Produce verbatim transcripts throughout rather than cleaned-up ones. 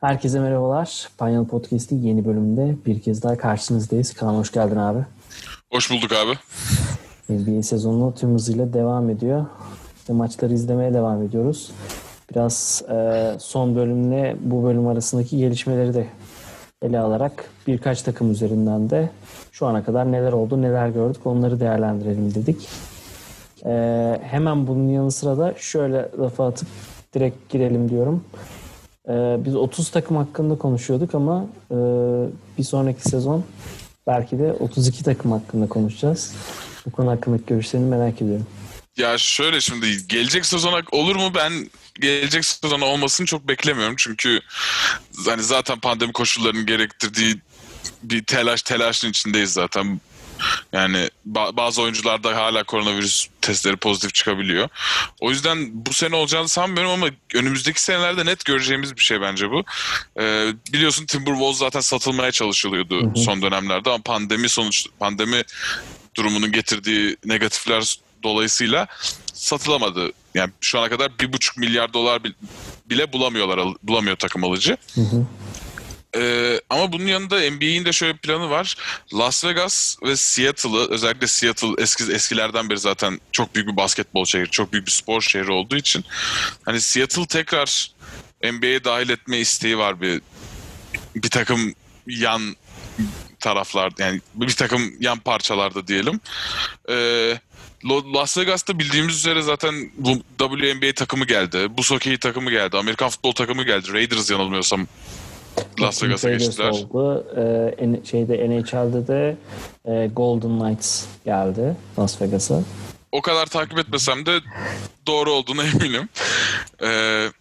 Herkese merhabalar. Panel Podcast'in yeni bölümünde bir kez daha karşınızdayız. Kaan hoş geldin abi. Hoş bulduk abi. N B A sezonu tüm hızıyla devam ediyor. İşte maçları izlemeye devam ediyoruz. Biraz e, son bölümle bu bölüm arasındaki gelişmeleri de ele alarak birkaç takım üzerinden de şu ana kadar neler oldu, neler gördük onları değerlendirelim dedik. E, hemen bunun yanı sıra da şöyle lafa atıp direkt girelim diyorum. Ee, biz otuz takım hakkında konuşuyorduk ama e, bir sonraki sezon belki de otuz iki takım hakkında konuşacağız. Bu konu hakkındaki görüşlerini merak ediyorum. Ya şöyle şimdi gelecek sezona olur mu, ben gelecek sezona olmasını çok beklemiyorum. Çünkü hani zaten pandemi koşullarının gerektirdiği bir telaş telaşın içindeyiz zaten. Yani bazı oyuncularda hala koronavirüs testleri pozitif çıkabiliyor. O yüzden bu sene olacağını sanmıyorum ama önümüzdeki senelerde net göreceğimiz bir şey bence bu. Ee, biliyorsun Timberwolves zaten satılmaya çalışılıyordu hı hı. son dönemlerde ama pandemi sonuç pandemi durumunun getirdiği negatifler dolayısıyla satılamadı. Yani şu ana kadar bir buçuk milyar dolar bile bulamıyorlar, bulamıyor takım alıcı. Hı hı. Ee, ama bunun yanında N B A'in de şöyle bir planı var. Las Vegas ve Seattle'ı, özellikle Seattle eski eskilerden beri zaten çok büyük bir basketbol şehri, çok büyük bir spor şehri olduğu için hani Seattle tekrar N B A'ye dahil etme isteği var bir bir takım yan taraflar, yani bir takım yan parçalarda diyelim. Ee, Las Vegas'ta bildiğimiz üzere zaten bu W N B A takımı geldi, buz hokeyi takımı geldi, Amerikan futbol takımı geldi. Raiders yanılmıyorsam Las Vegas'a geçtiler. Oldu. Ee, şeyde N H L'de de e, Golden Knights geldi Las Vegas'a. O kadar takip etmesem de doğru olduğuna eminim. Ee,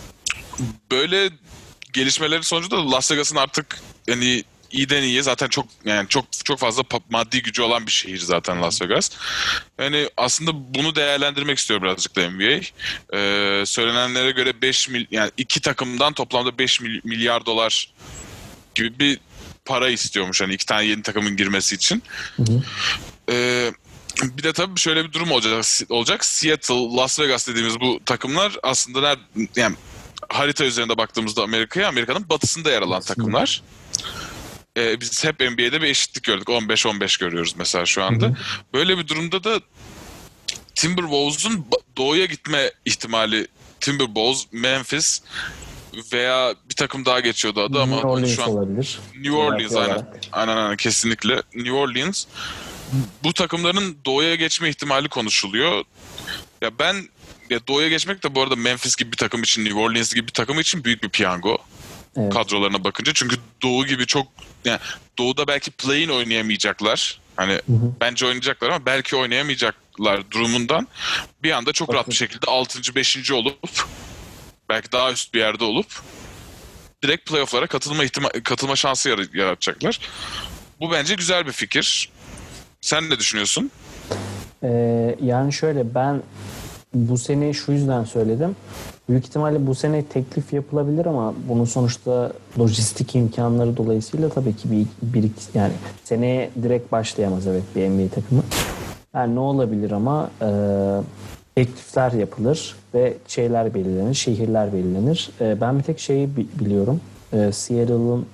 böyle gelişmelerin sonucunda Las Vegas'ın artık yani iyiden iyiye zaten çok yani çok çok fazla maddi gücü olan bir şehir zaten Las Vegas. Yani aslında bunu değerlendirmek istiyor birazcık da N B A. Ee, söylenenlere göre beş mil yani iki takımdan toplamda beş milyar dolar gibi bir para istiyormuş hani iki tane yeni takımın girmesi için. Hı hı. Ee, bir de tabii şöyle bir durum olacak. olacak. Seattle, Las Vegas dediğimiz bu takımlar aslında yani harita üzerinde baktığımızda Amerika'ya, Amerika'nın batısında yer alan takımlar. Ee, biz hep N B A'de bir eşitlik gördük. on beş on beş görüyoruz mesela şu anda. Hı hı. Böyle bir durumda da Timberwolves'un doğuya gitme ihtimali, Timberwolves, Memphis veya bir takım daha geçiyordu adı ama New Orleans şu an olabilir. New Orleans aynen. aynen aynen kesinlikle New Orleans bu takımların doğuya geçme ihtimali konuşuluyor. Ya ben ya doğuya geçmek de bu arada Memphis gibi bir takım için, New Orleans gibi bir takım için büyük bir piyango. Evet. Kadrolarına bakınca çünkü doğu gibi çok yani doğuda belki play-in oynayamayacaklar. Hani hı hı. bence oynayacaklar ama belki oynayamayacaklar durumundan bir anda çok Bakın. rahat bir şekilde altıncı beşinci olup belki daha üst bir yerde olup direkt playoff'lara katılma ihtima katılma şansı yaratacaklar. Bu bence güzel bir fikir. Sen ne düşünüyorsun? Ee, yani şöyle ben bu sene şu yüzden söyledim. Büyük ihtimalle bu sene teklif yapılabilir ama bunun sonuçta lojistik imkanları dolayısıyla tabii ki bir, bir yani seneye direkt başlayamaz evet bir N B A takımı. Yani ne olabilir ama e, teklifler yapılır ve şeyler belirlenir, şehirler belirlenir. E, ben bir tek şeyi biliyorum. E, Seattle'ın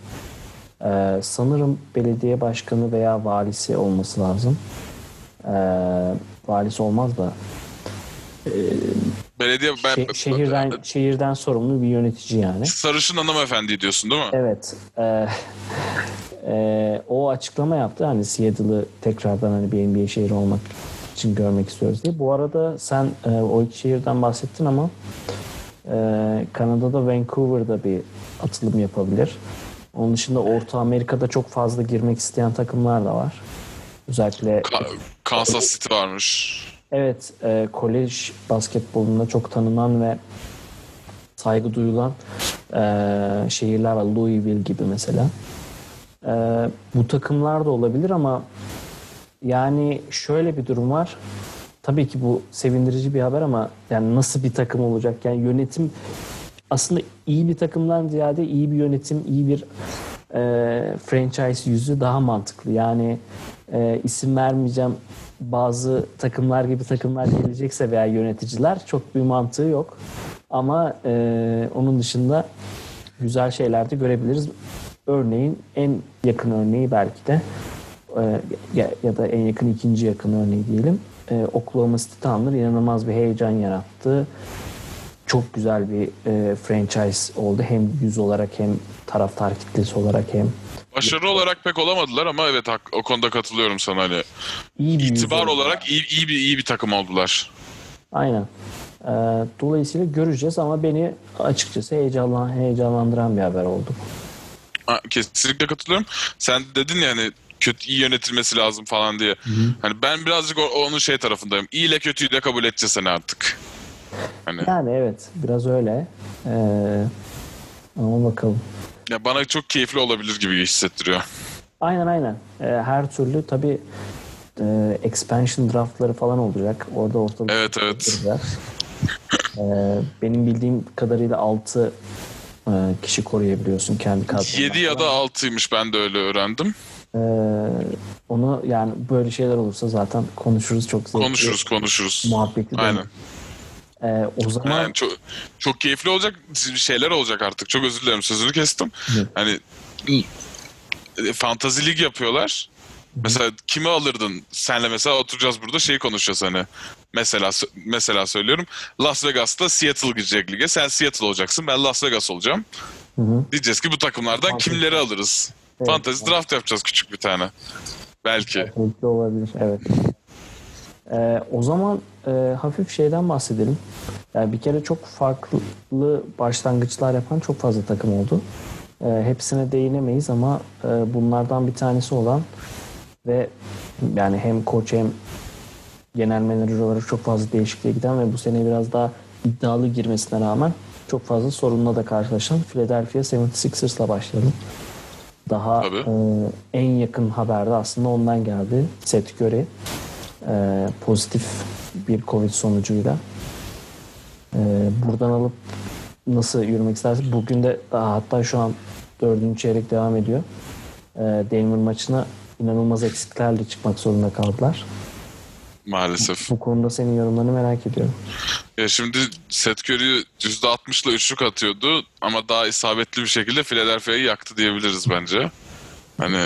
e, sanırım belediye başkanı veya valisi olması lazım. E, valisi olmaz da Ee, Belediye ben, Şe- şehirden ben, şehirden sorumlu bir yönetici yani. Sarışın hanımefendi diyorsun değil mi? Evet. E, e, o açıklama yaptı hani Seattle'ı tekrardan hani bir N B A şehri olmak için görmek istiyoruz diye. Bu arada sen e, o iki şehirden bahsettin ama e, Kanada'da Vancouver'da bir atılım yapabilir. Onun dışında Orta Amerika'da çok fazla girmek isteyen takımlar da var. Özellikle Ka- Kansas City varmış. Evet, e, kolej basketbolunda çok tanınan ve saygı duyulan e, şehirler var. Louisville gibi mesela. E, bu takımlar da olabilir ama yani şöyle bir durum var. Tabii ki bu sevindirici bir haber ama yani nasıl bir takım olacak? Yani yönetim aslında iyi bir takımdan ziyade iyi bir yönetim, iyi bir e, franchise yüzü daha mantıklı. Yani e, isim vermeyeceğim bazı takımlar gibi takımlar gelecekse veya yöneticiler çok bir mantığı yok. Ama e, onun dışında güzel şeyler de görebiliriz. Örneğin en yakın örneği belki de e, ya, ya da en yakın ikinci yakın örneği diyelim. E, Oklahoma City Thunder inanılmaz bir heyecan yarattı. Çok güzel bir e, franchise oldu. Hem yüz olarak hem taraftar kitlesi olarak hem Başarı olarak pek olamadılar ama evet o konuda katılıyorum sana. Hani iyi bir itibar olarak iyi, iyi bir iyi bir takım oldular. Aynen. Ee, dolayısıyla göreceğiz ama beni açıkçası heyecanlan heyecanlandıran bir haber oldu. Ha, kesinlikle katılıyorum. Sen dedin ya hani kötü iyi yönetilmesi lazım falan diye. Hı-hı. Hani ben birazcık onun şey tarafındayım. İyi ile kötüyü de kabul edeceğiz hani artık. Hani... Yani evet biraz öyle. Ee, ama bakalım. Ya bana çok keyifli olabilir gibi hissettiriyor. Aynen aynen. Ee, her türlü tabii e, expansion draftları falan olacak. Orada ortalık. Evet evet. ee, benim bildiğim kadarıyla altı e, kişi koruyabiliyorsun kendi kadrondan. yedi ya da altıymış, ben de öyle öğrendim. Ee, onu yani böyle şeyler olursa zaten konuşuruz, çok zevkli. Konuşuruz konuşuruz. Muhabbeti aynen. Ee, o zaman yani çok çok keyifli olacak şeyler olacak artık. Çok özür dilerim, sözünü kestim. Hı. Hani fantasy lig yapıyorlar. Hı. Mesela kimi alırdın? Senle mesela oturacağız burada şeyi konuşacağız hani. Mesela mesela söylüyorum. Las Vegas'ta Seattle girecek lige. Sen Seattle olacaksın. Ben Las Vegas olacağım. Hı hı. Diyeceğiz ki bu takımlardan Fantasy. kimleri alırız? Evet, Fantasy evet. draft yapacağız küçük bir tane. Belki. Belki olabilir. Evet. Ee, o zaman e, hafif şeyden bahsedelim. Yani bir kere çok farklı başlangıçlar yapan çok fazla takım oldu. E, hepsine değinemeyiz ama e, bunlardan bir tanesi olan ve yani hem koç hem genel menajer olarak çok fazla değişikliğe giden ve bu sene biraz daha iddialı girmesine rağmen çok fazla sorunla da karşılaşan Philadelphia yetmiş altılarla başlayalım. Daha e, en yakın haberde aslında ondan geldi. Seth Curry e, pozitif bir Covid sonucuyla. E, buradan alıp nasıl yürümek istersin? Bugün de daha, hatta şu an dördüncü çeyrek devam ediyor. E, Denver maçına inanılmaz eksiklerle çıkmak zorunda kaldılar. Maalesef. Bu konuda senin yorumlarını merak ediyorum. Ya şimdi Seth Curry yüzde altmışla üçlük atıyordu ama daha isabetli bir şekilde Philadelphia'yı yaktı diyebiliriz bence. Hani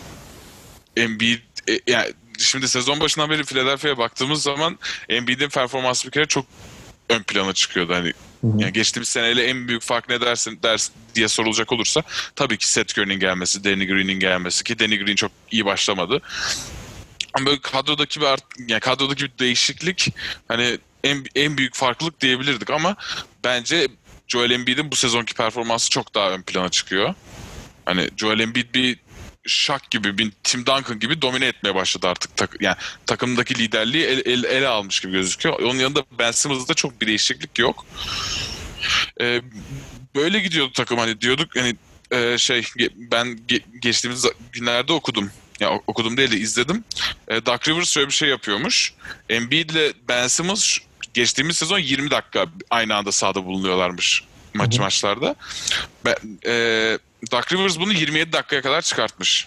Embiid e, yani şimdi sezon başından beri Philadelphia'ya baktığımız zaman Embiid'in performansı bir kere çok ön plana çıkıyordu. Hani hı hı. Yani geçtiğimiz seneyle en büyük fark ne dersin ders diye sorulacak olursa tabii ki Seth Curry'nin gelmesi, Danny Green'in gelmesi, ki Danny Green çok iyi başlamadı. Ama böyle kadrodaki bir art, yani kadrodaki bir değişiklik hani en en büyük farklılık diyebilirdik ama bence Joel Embiid'in bu sezonki performansı çok daha ön plana çıkıyor. Hani Joel Embiid bir Shaq gibi, bir Tim Duncan gibi domine etmeye başladı artık. Tak, yani takımdaki liderliği el, el, ele almış gibi gözüküyor. Onun yanında Ben Simmons'da çok bir değişiklik yok. Ee, böyle gidiyordu takım, hani diyorduk hani e, şey ben ge- geçtiğimiz günlerde okudum. Ya yani okudum değil de izledim. E, Doc Rivers şöyle bir şey yapıyormuş. Embiid ile Ben Simmons geçtiğimiz sezon yirmi dakika aynı anda sahada bulunuyorlarmış maç Hı-hı. maçlarda. Ben, e, Doc Rivers bunu yirmi yedi dakikaya kadar çıkartmış.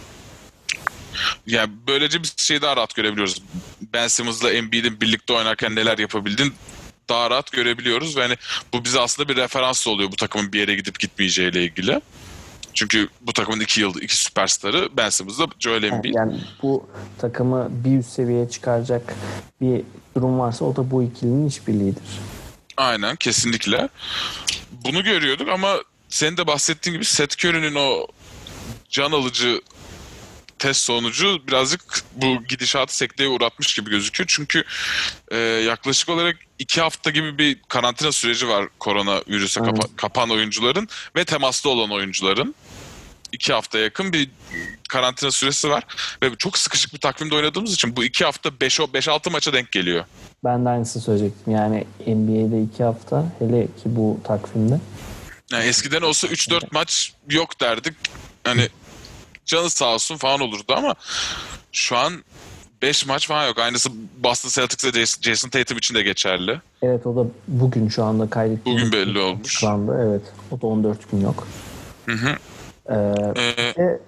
Yani böylece bir şey daha rahat görebiliyoruz. Ben Simmons'la Embiid'in birlikte oynarken neler yapabildiğini daha rahat görebiliyoruz ve hani bu bize aslında bir referans oluyor bu takımın bir yere gidip gitmeyeceğiyle ilgili. Çünkü bu takımın iki yıl iki süperstarı Ben Simmons'la Joel Embiid. Yani bu takımı bir üst seviyeye çıkaracak bir durum varsa o da bu ikilinin işbirliğidir. Aynen, kesinlikle. Bunu görüyorduk ama senin de bahsettiğin gibi Seth Curry'nin o can alıcı test sonucu birazcık bu gidişatı sekteye uğratmış gibi gözüküyor. Çünkü e, yaklaşık olarak iki hafta gibi bir karantina süreci var koronavirüse evet. kapa- kapan oyuncuların ve temaslı olan oyuncuların. iki hafta yakın bir karantina süresi var. Ve çok sıkışık bir takvimde oynadığımız için bu iki hafta beş altı maça denk geliyor. Ben de aynısını söyleyecektim. Yani N B A'de iki hafta, hele ki bu takvimde. Yani eskiden olsa üç dört maç yok derdik. Hani canı sağ olsun falan olurdu ama şu an beş maç falan yok. Aynısı Boston Celtics'e Jason Tatum için de geçerli. Evet, o da bugün şu anda kaydettiğimiz. Bugün belli olmuş. Açıklandı, evet. O da on dört gün yok. Hı hı. Ee, ee...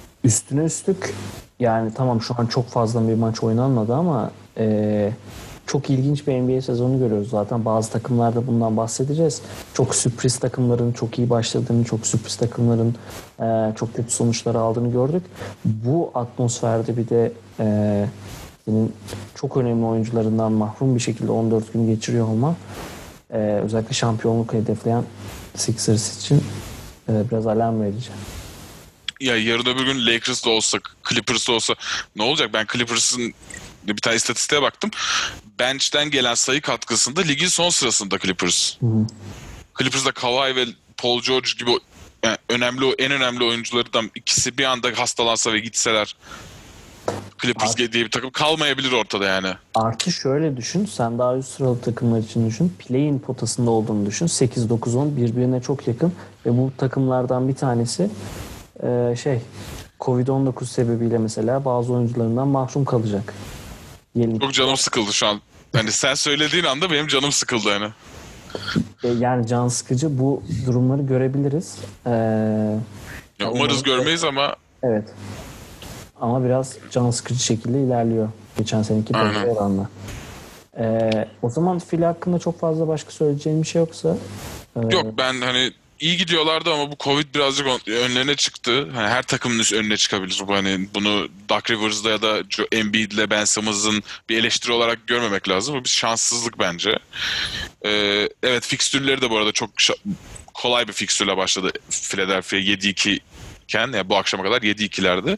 Üstüne üstlük yani tamam şu an çok fazla bir maç oynanmadı ama e, çok ilginç bir N B A sezonu görüyoruz. Zaten bazı takımlarda bundan bahsedeceğiz. Çok sürpriz takımların çok iyi başladığını, çok sürpriz takımların e, çok kötü sonuçları aldığını gördük. Bu atmosferde bir de e, senin çok önemli oyuncularından mahrum bir şekilde on dört gün geçiriyor olma e, özellikle şampiyonluk hedefleyen Sixers için e, biraz alarm verici. Ya yarın öbür gün Lakers'da olsa, Clippers'da olsa ne olacak? Ben Clippers'ın bir tane istatistiğe baktım. Bench'ten gelen sayı katkısında ligin son sırasında Clippers. Hı hı. Clippers'da Kawhi ve Paul George gibi yani önemli, en önemli oyunculardan ikisi bir anda hastalansa ve gitseler Clippers Art, diye bir takım kalmayabilir ortada yani. Artı şöyle düşün. Sen daha üst sıralı takımlar için düşün. Play-in potasında olduğunu düşün. sekiz dokuz on birbirine çok yakın ve bu takımlardan bir tanesi e, şey covid on dokuz sebebiyle mesela bazı oyuncularından mahrum kalacak. Yeni. Çok canım sıkıldı şu an. Yani sen söylediğin anda benim canım sıkıldı yani. Yani can sıkıcı bu durumları görebiliriz. Ee, ya umarız görmeyiz ama. Evet. Ama biraz can sıkıcı şekilde ilerliyor. Geçen seneki benzer oranla. Ee, o zaman Fil hakkında çok fazla başka söyleyeceğim bir şey yoksa. E... Yok ben hani iyi gidiyorlardı ama bu Covid birazcık önlerine çıktı. Hani her takımın önüne çıkabilir bu. Hani bunu Doc Rivers'da ya da Embiid'le Ben Simmons'ın bir eleştiri olarak görmemek lazım. Bu bir şanssızlık bence. Ee, evet fikstürleri de bu arada çok kolay bir fikstürle başladı Philadelphia yedi iki iken yani bu akşama kadar yedi ikilerdi.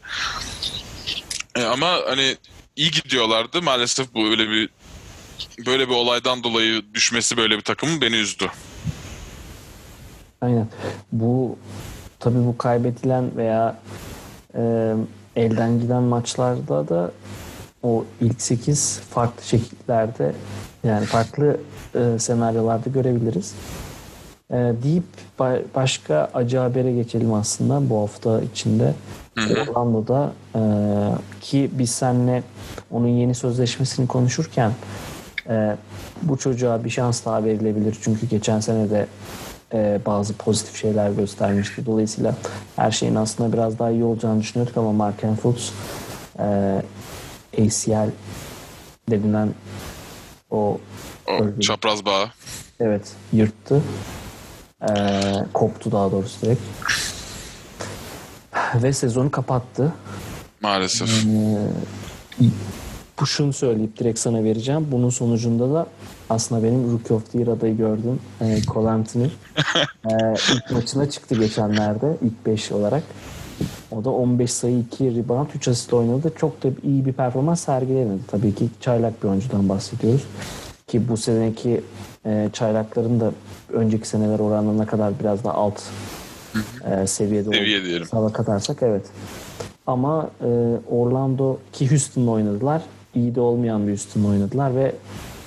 Ee, ama hani iyi gidiyorlardı. Maalesef bu öyle bir böyle bir olaydan dolayı düşmesi böyle bir takımın beni üzdü. Aynen. Bu tabii bu kaybedilen veya e, elden giden maçlarda da o ilk sekiz farklı şekillerde yani farklı e, senaryolarda görebiliriz. E, deyip ba- başka acı habere geçelim aslında bu hafta içinde. Orlando'da e, ki biz seninle onun yeni sözleşmesini konuşurken e, bu çocuğa bir şans daha verilebilir. Çünkü geçen sene de e, bazı pozitif şeyler göstermişti. Dolayısıyla her şeyin aslında biraz daha iyi olacağını düşünüyorduk ama Markelle Fultz e, A C L denilen o, o çapraz bağı. Evet, yırttı. E, koptu daha doğrusu direkt. Ve sezonu kapattı. Maalesef. Ee, bu şunu söyleyip direkt sana vereceğim. Bunun sonucunda da aslında benim Rookie of the Year adayı gördüm. E, Cole Anthony. e, ilk maçına çıktı geçenlerde. İlk beş olarak. O da on beş sayı, iki rebound, üç asist oynadı. Çok da iyi bir performans sergilemedi. Tabii ki çaylak bir oyuncudan bahsediyoruz. Ki bu seneki e, çaylakların da önceki seneler oranlarına kadar biraz daha alt e, seviyede Seviye olduğunu katarsak evet. Ama e, Orlando ki Houston'la oynadılar. İyi de olmayan bir Houston'la oynadılar ve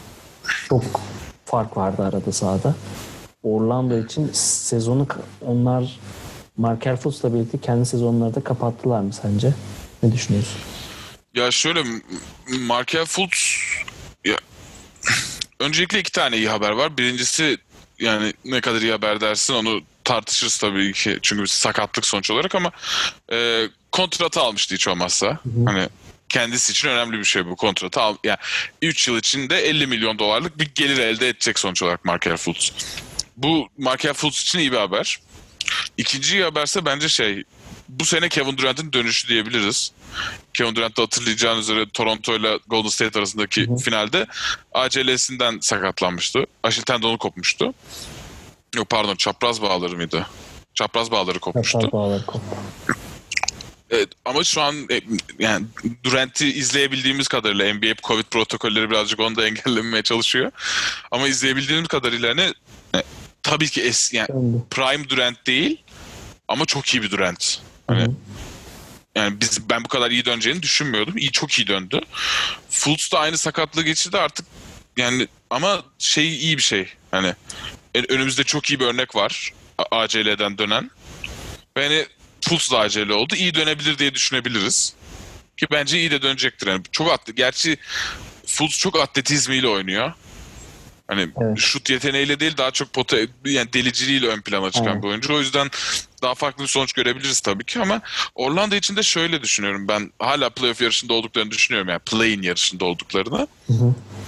çok fark vardı arada sahada. Orlando için sezonu onlar Markelle Fultz'la birlikte kendi sezonları da kapattılar mı sence? Ne düşünüyorsun? Ya şöyle Markelle Fultz ya, öncelikle iki tane iyi haber var. Birincisi yani ne kadar iyi haber dersin onu tartışırız tabii ki. Çünkü bir sakatlık sonuç olarak ama e, kontratı almıştı hiç olmazsa. Hı hı. Hani kendisi için önemli bir şey bu kontratı al. Yani üç yıl içinde elli milyon dolarlık bir gelir elde edecek sonuç olarak Markelle Fultz. Bu Markelle Fultz için iyi bir haber. İkinci iyi haberse bence şey bu sene Kevin Durant'in dönüşü diyebiliriz. Kevin Durant'ı hatırlayacağın üzere Toronto ile Golden State arasındaki hı hı. finalde A C L'sinden sakatlanmıştı. Aşil tendonu kopmuştu. Yok pardon çapraz bağları mıydı? Çapraz bağları kopmuştu. Çapraz bağları koptu. Evet, ama şu an yani Durant'i izleyebildiğimiz kadarıyla N B A Covid protokolleri birazcık onu da engellemeye çalışıyor. Ama izleyebildiğimiz kadarıyla ne e, tabii ki es, yani prime Durant değil ama çok iyi bir Durant. Hani hı hı. Yani biz ben bu kadar iyi döneceğini düşünmüyordum. İyi çok iyi döndü. Fultz da aynı sakatlığı geçirdi artık. Yani ama şey iyi bir şey. Hani önümüzde çok iyi bir örnek var. A C L'den dönen. Ve hani Fultz da A C L oldu. İyi dönebilir diye düşünebiliriz. Ki bence iyi de dönecektir. Yani çok atlet. Gerçi Fultz çok atletizmiyle oynuyor. Hani evet. Şut yeteneğiyle değil daha çok pota yani deliciliğiyle ön plana çıkan evet. bir oyuncu. O yüzden daha farklı bir sonuç görebiliriz tabii ki ama Orlando için de şöyle düşünüyorum ben. Hala playoff yarışında olduklarını düşünüyorum yani play-in yarışında olduklarını. Hı hı.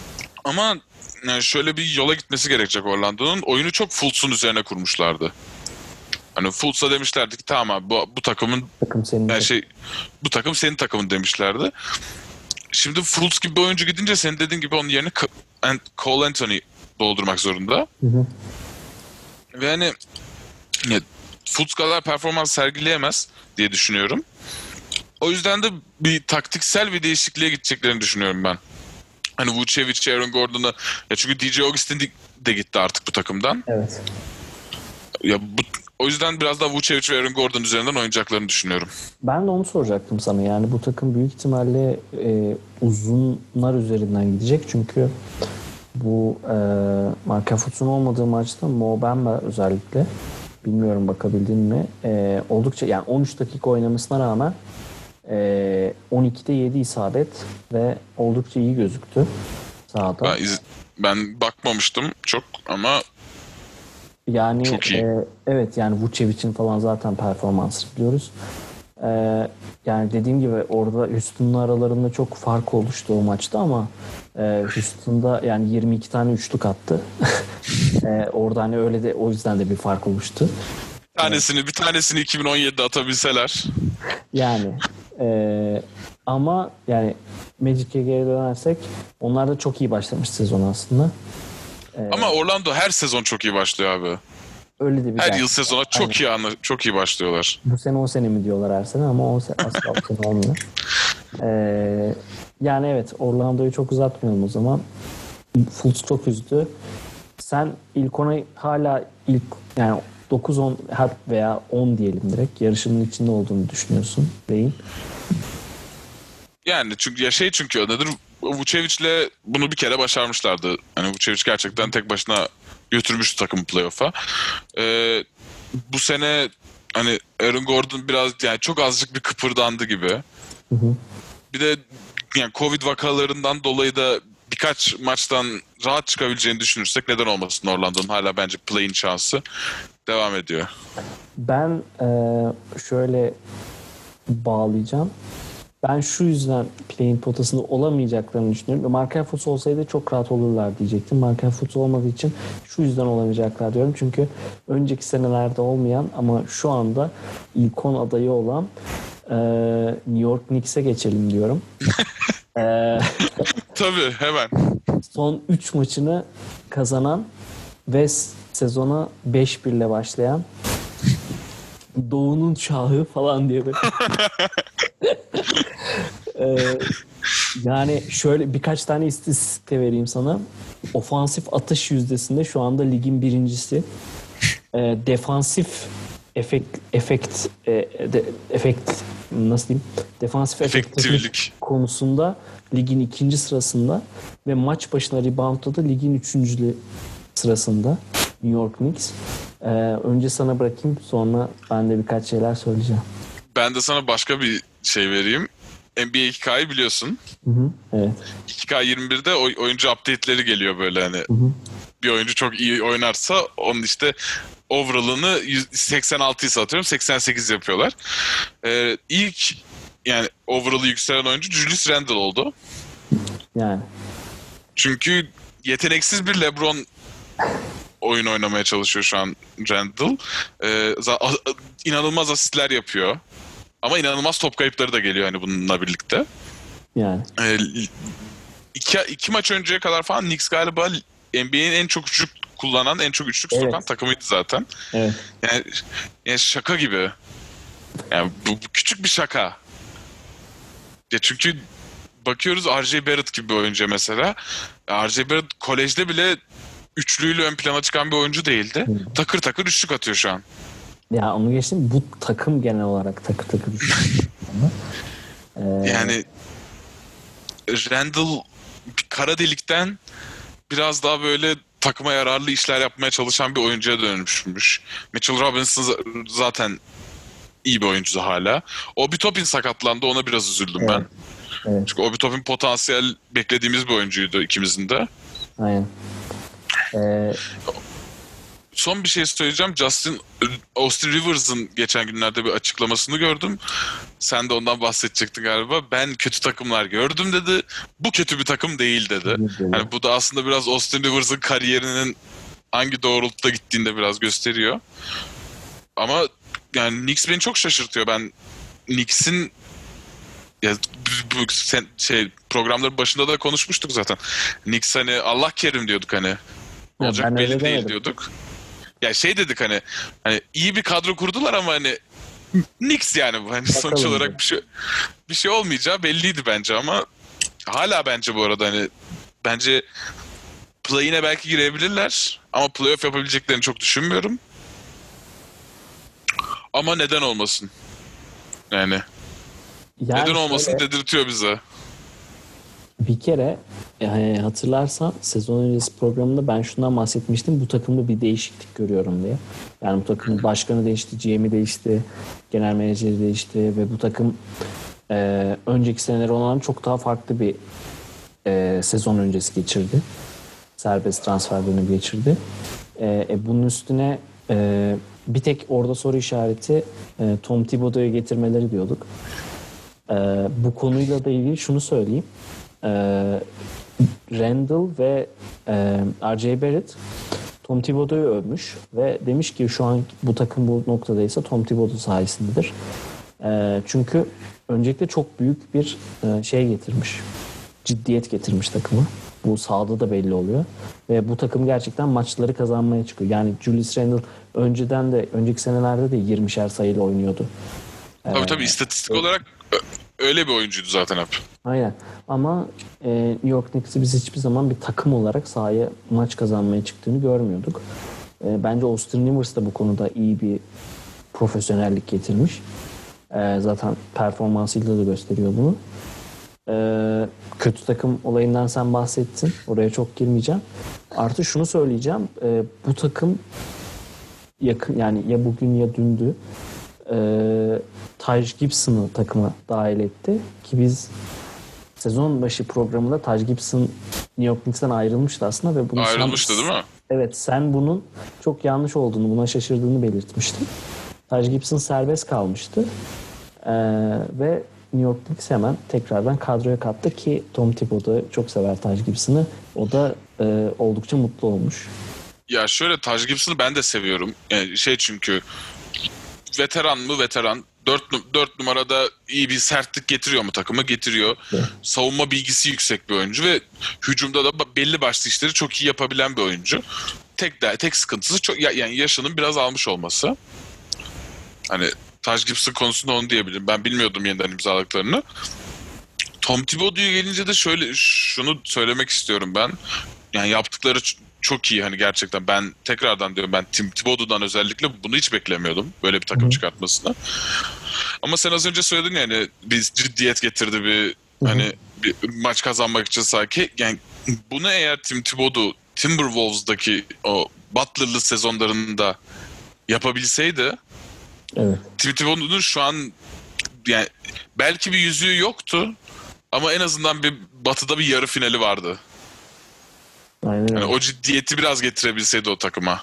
Ama yani şöyle bir yola gitmesi gerekecek Orlando'nun. Oyunu çok Fultz'un üzerine kurmuşlardı. Hani Fultz'a demişlerdi ki tamam abi bu, bu takımın Takım senin. yani şey bu takım senin takımın demişlerdi. Şimdi Fultz gibi bir oyuncu gidince senin dediğin gibi onun yerine Cole Anthony doldurmak zorunda. Hı hı. Ve hani ya, Fultz kadar performans sergileyemez diye düşünüyorum. O yüzden de bir taktiksel bir değişikliğe gideceklerini düşünüyorum ben. Hani Vucevic, Aaron Gordon'u ya çünkü D J Augustin de gitti artık bu takımdan. Evet. Ya bu, o yüzden biraz daha Vucevic ve Aaron Gordon üzerinden oynayacaklarını düşünüyorum. Ben de onu soracaktım sana. Yani bu takım büyük ihtimalle e, uzunlar üzerinden gidecek. Çünkü bu e, Markelle Fultz'un olmadığı maçta Mo Bamba özellikle bilmiyorum bakabildin mi? E, oldukça yani on üç dakika oynamasına rağmen e, on ikide yedi isabet ve oldukça iyi gözüktü sahada. Ben, iz, ben bakmamıştım çok ama Yani çok iyi. E, evet yani Vucevic'in falan zaten performansını biliyoruz. E, yani dediğim gibi orada Houston'la aralarında çok fark oluştu o maçta ama e, Houston'da yani yirmi iki tane üçlük attı. e, orada hani öyle de o yüzden de bir fark oluştu. Bir tanesini, bir tanesini iki bin on yedide atabilseler. Yani e, ama yani Magic'e geri dönersek onlar da çok iyi başlamış sezon aslında. E, Ama Orlando her sezon çok iyi başlıyor abi. öyle de bir Her gerçek. yıl sezona çok Aynen. iyi anla, çok iyi başlıyorlar. Bu sene on sene mi diyorlar her sene ama on sene asla on sene olmuyor. Ee, yani evet Orlando'yu çok uzatmayalım o zaman. Fultz çok üzdü. Sen ilk ona hala ilk yani dokuz on veya on diyelim direkt yarışının içinde olduğunu düşünüyorsun değil. Yani çünkü ya şey çünkü nedir? Vucevic'le bunu bir kere başarmışlardı. Hani Vucevic gerçekten tek başına götürmüştü takımı playoff'a. Ee, bu sene hani Aaron Gordon biraz yani çok azıcık bir kıpırdandı gibi. Hı hı. Bir de yani Covid vakalarından dolayı da birkaç maçtan rahat çıkabileceğini düşünürsek neden olmasın Orlando'nun hala bence play-in şansı devam ediyor. Ben e, şöyle bağlayacağım. Ben şu yüzden play-in potasında olamayacaklarını düşünüyorum. Markelle Fultz olsaydı çok rahat olurlar diyecektim. Markelle Fultz olmadığı için şu yüzden olamayacaklar diyorum. Çünkü önceki senelerde olmayan ama şu anda ilk on adayı olan e, New York Knicks'e geçelim diyorum. e, Tabii hemen. son üç maçını kazanan ve sezona beş bir ile başlayan Doğu'nun şahı falan diye böyle. Ee, yani şöyle birkaç tane istatistik de vereyim sana. Ofansif atış yüzdesinde şu anda ligin birincisi. Ee, defansif efekt efekt e, de, efekt nasıl diyeyim? Defansif efektivlik Efektiflik. konusunda ligin ikinci sırasında ve maç başına reboundda da ligin üçüncü sırasında New York Knicks. Ee, önce sana bırakayım sonra ben de birkaç şeyler söyleyeceğim. Ben de sana başka bir şey vereyim. N B A iki K'yı biliyorsun. Hı hı, evet. iki K yirmi birde oy- oyuncu update'leri geliyor böyle hani. Hı hı. Bir oyuncu çok iyi oynarsa onun işte overall'ını seksen altı ise atıyorum seksen sekiz yapıyorlar. Ee, ilk yani overall'ı yükselen oyuncu Julius Randle oldu. Yani. Çünkü yeteneksiz bir LeBron oyun oynamaya çalışıyor şu an Randle. Ee, inanılmaz asistler yapıyor. Ama inanılmaz top kayıpları da geliyor hani bununla birlikte. Yani. Ee, iki, iki maç önceye kadar falan Knicks galiba N B A'nin en çok üçlük kullanan, en çok üçlük Evet. sokan takımıydı zaten. Evet. Yani, yani şaka gibi. Yani bu, bu küçük bir şaka. Ya çünkü bakıyoruz R J Barrett gibi bir oyuncu mesela. R J Barrett kolejde bile üçlüyle ön plana çıkan bir oyuncu değildi. Hı. Takır takır üçlük atıyor şu an. Ya onu geçtim. Bu takım genel olarak takır takır düşüyor. ee, Yani Randall bir kara delikten biraz daha böyle takıma yararlı işler yapmaya çalışan bir oyuncuya dönüşmüş. Mitchell Robinson zaten iyi bir oyuncu hala. Obi Toppin sakatlandı. Ona biraz üzüldüm evet. ben. Evet. Çünkü Obi Toppin potansiyel beklediğimiz bir oyuncuydu ikimizin de. Aynen. Ee, son bir şey söyleyeceğim. Justin Austin Rivers'ın geçen günlerde bir açıklamasını gördüm. Sen de ondan bahsedecektin galiba. Ben kötü takımlar gördüm dedi. Bu kötü bir takım değil dedi. Yani bu da aslında biraz Austin Rivers'ın kariyerinin hangi doğrultuda gittiğini de biraz gösteriyor. Ama yani Knicks beni çok şaşırtıyor. Ben Knicks'in ya bu, bu sen, şey programların başında da konuşmuştuk zaten. Knicks hani Allah kerim diyorduk hani. Olacak ben belli öyle değil demedim. diyorduk. Ya şey dedik hani hani iyi bir kadro kurdular ama hani Knicks yani bu. Hani sonuç Bakalım olarak diye. bir şey bir şey olmayacağı belliydi bence ama hala bence bu arada hani bence play-in'e belki girebilirler ama playoff yapabileceklerini çok düşünmüyorum. Ama neden olmasın? Yani, Yani neden olmasın şöyle, dedirtiyor bize. bir kere yani hatırlarsan sezon öncesi programında ben şundan bahsetmiştim. Bu takımda bir değişiklik görüyorum diye. Yani bu takımın başkanı değişti, G M'i değişti, genel menajeri değişti ve bu takım e, önceki seneler olan çok daha farklı bir e, sezon öncesi geçirdi. Serbest transfer dönemi geçirdi. E, e, bunun üstüne e, bir tek orada soru işareti e, Tom Thibodeau'yu getirmeleri diyorduk. E, bu konuyla da ilgili şunu söyleyeyim. E, Randall ve e, R J Barrett Tom Thibodeau'yu övmüş ve demiş ki şu an bu takım bu noktadaysa Tom Thibodeau sayesindedir. E, çünkü öncelikle çok büyük bir e, şey getirmiş. Ciddiyet getirmiş takımı. Bu sahada da belli oluyor. Ve bu takım gerçekten maçları kazanmaya çıkıyor. Yani Julius Randle önceden de önceki senelerde de yirmişer sayıyla oynuyordu. Tabii tabii istatistik olarak ö- öyle bir oyuncuydu zaten hep. Aynen. Ama e, New York Knicks'i biz hiçbir zaman bir takım olarak sahaya maç kazanmaya çıktığını görmüyorduk. E, bence Austin Rivers da bu konuda iyi bir profesyonellik getirmiş. E, zaten performansıyla da gösteriyor bunu. E, kötü takım olayından sen bahsettin. Oraya çok girmeyeceğim. Artı şunu söyleyeceğim. E, bu takım yakın yani ya bugün ya dündü. E, Taj Gibson'ı takıma dahil etti. Ki biz sezon başı programında Taj Gibson New York Knicks'ten ayrılmıştı aslında ve bunu Ayrılmıştı sen, değil mi? evet sen bunun çok yanlış olduğunu, buna şaşırdığını belirtmiştin. Taj Gibson serbest kalmıştı. Ee, ve New York Knicks hemen tekrardan kadroya kattı ki Tom Thibodeau çok sever Taj Gibson'ı. O da e, oldukça mutlu olmuş. Ya şöyle Taj Gibson'ı ben de seviyorum. Yani şey çünkü veteran mı veteran. Dört, nu- dört numarada iyi bir sertlik getiriyor mu takıma? Getiriyor. Evet. Savunma bilgisi yüksek bir oyuncu ve hücumda da ba- belli başlı işleri çok iyi yapabilen bir oyuncu. Tek de, tek sıkıntısı çok ya- yani yaşının biraz almış olması. Hani Taj Gibson konusunda onu diyebilirim. Ben bilmiyordum yeniden imzaladıklarını. Tom Thibodeau'ya gelince de şöyle şunu söylemek istiyorum ben. Yani yaptıkları ç- çok iyi hani gerçekten. Ben tekrardan diyorum ben Tim Thibodeau'dan özellikle bunu hiç beklemiyordum. Böyle bir takım Hı-hı. çıkartmasını. Ama sen az önce söyledin ya hani bir ciddiyet getirdi bir hani bir maç kazanmak için sanki. Yani bunu eğer Tim Thibodeau Timberwolves'daki o Butler'lı sezonlarında yapabilseydi Evet. Tim Thibodeau'nun şu an yani belki bir yüzüğü yoktu ama en azından bir batıda bir yarı finali vardı. Aynen öyle. Yani o ciddiyeti biraz getirebilseydi o takıma.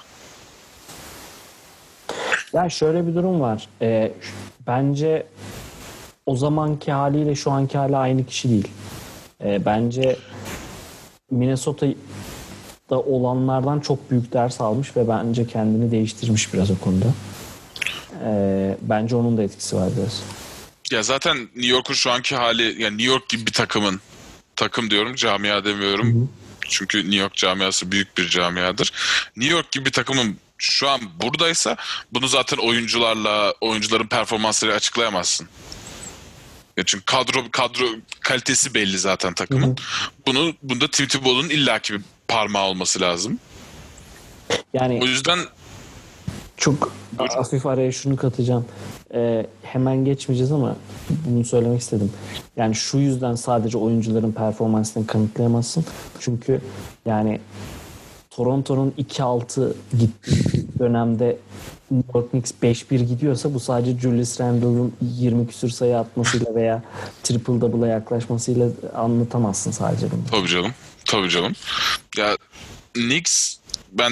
Ya şöyle bir durum var. Ee, bence o zamanki haliyle şu anki hali aynı kişi değil. Ee, bence Minnesota'da olanlardan çok büyük ders almış ve bence kendini değiştirmiş biraz o konuda. Ee, bence onun da etkisi var biraz. Ya zaten New York'un şu anki hali yani New York gibi bir takımın takım diyorum camia demiyorum. Hı hı. Çünkü New York camiası büyük bir camiadır. New York gibi bir takımın şu an buradaysa bunu zaten oyuncularla oyuncuların performansları açıklayamazsın. Ya çünkü kadro kadro kalitesi belli zaten takımın. Hı hı. Bunu bunda Tim Tebow'un illaki bir parmağı olması lazım. Yani O yüzden çok Buyurun. hafif araya şunu katacağım. Ee, hemen geçmeyeceğiz ama bunu söylemek istedim. Yani şu yüzden sadece oyuncuların performansını kanıtlayamazsın. Çünkü yani Toronto'nun iki altı gittiği dönemde New York Knicks beş bir gidiyorsa bu sadece Julius Randle'ın yirmi küsür sayı atmasıyla veya triple double'a yaklaşmasıyla anlatamazsın sadece bunu. tabii canım. Tabii canım. Ya Knicks ben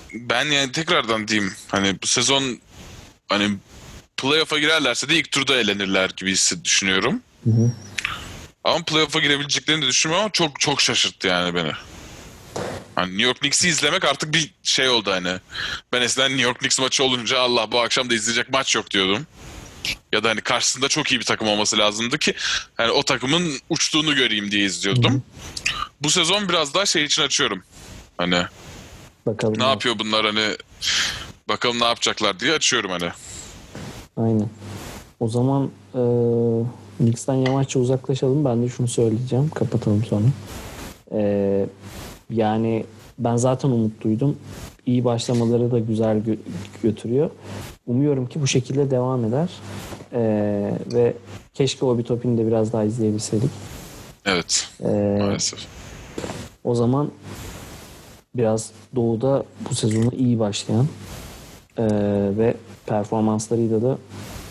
ben yani tekrardan diyeyim hani bu sezon hani playoff'a girerlerse de ilk turda elenirler gibi hissi düşünüyorum. Hı hı. Ama playoff'a girebileceklerini de düşünmüyorum ama çok çok şaşırttı yani beni. Hani New York Knicks'i izlemek artık bir şey oldu hani. Ben eskiden New York Knicks maçı olunca Allah bu akşam da izleyecek maç yok diyordum. Ya da hani karşısında çok iyi bir takım olması lazımdı ki hani o takımın uçtuğunu göreyim diye Hı hı. izliyordum. Bu sezon biraz daha şey için açıyorum. Hani Bakalım ne ne yapıyor bunlar hani bakalım ne yapacaklar diye açıyorum hani. Aynen. O zaman e, Knicks'ten yavaşça uzaklaşalım. Ben de şunu söyleyeceğim. Kapatalım sonra. E, yani ben zaten umutluydum. İyi başlamaları da güzel gö- götürüyor. Umuyorum ki bu şekilde devam eder. E, ve keşke Obi Toppin'i de biraz daha izleyebilseydik. Evet. E, Maalesef. o zaman biraz Doğu'da bu sezonu iyi başlayan e, ve performanslarıyla da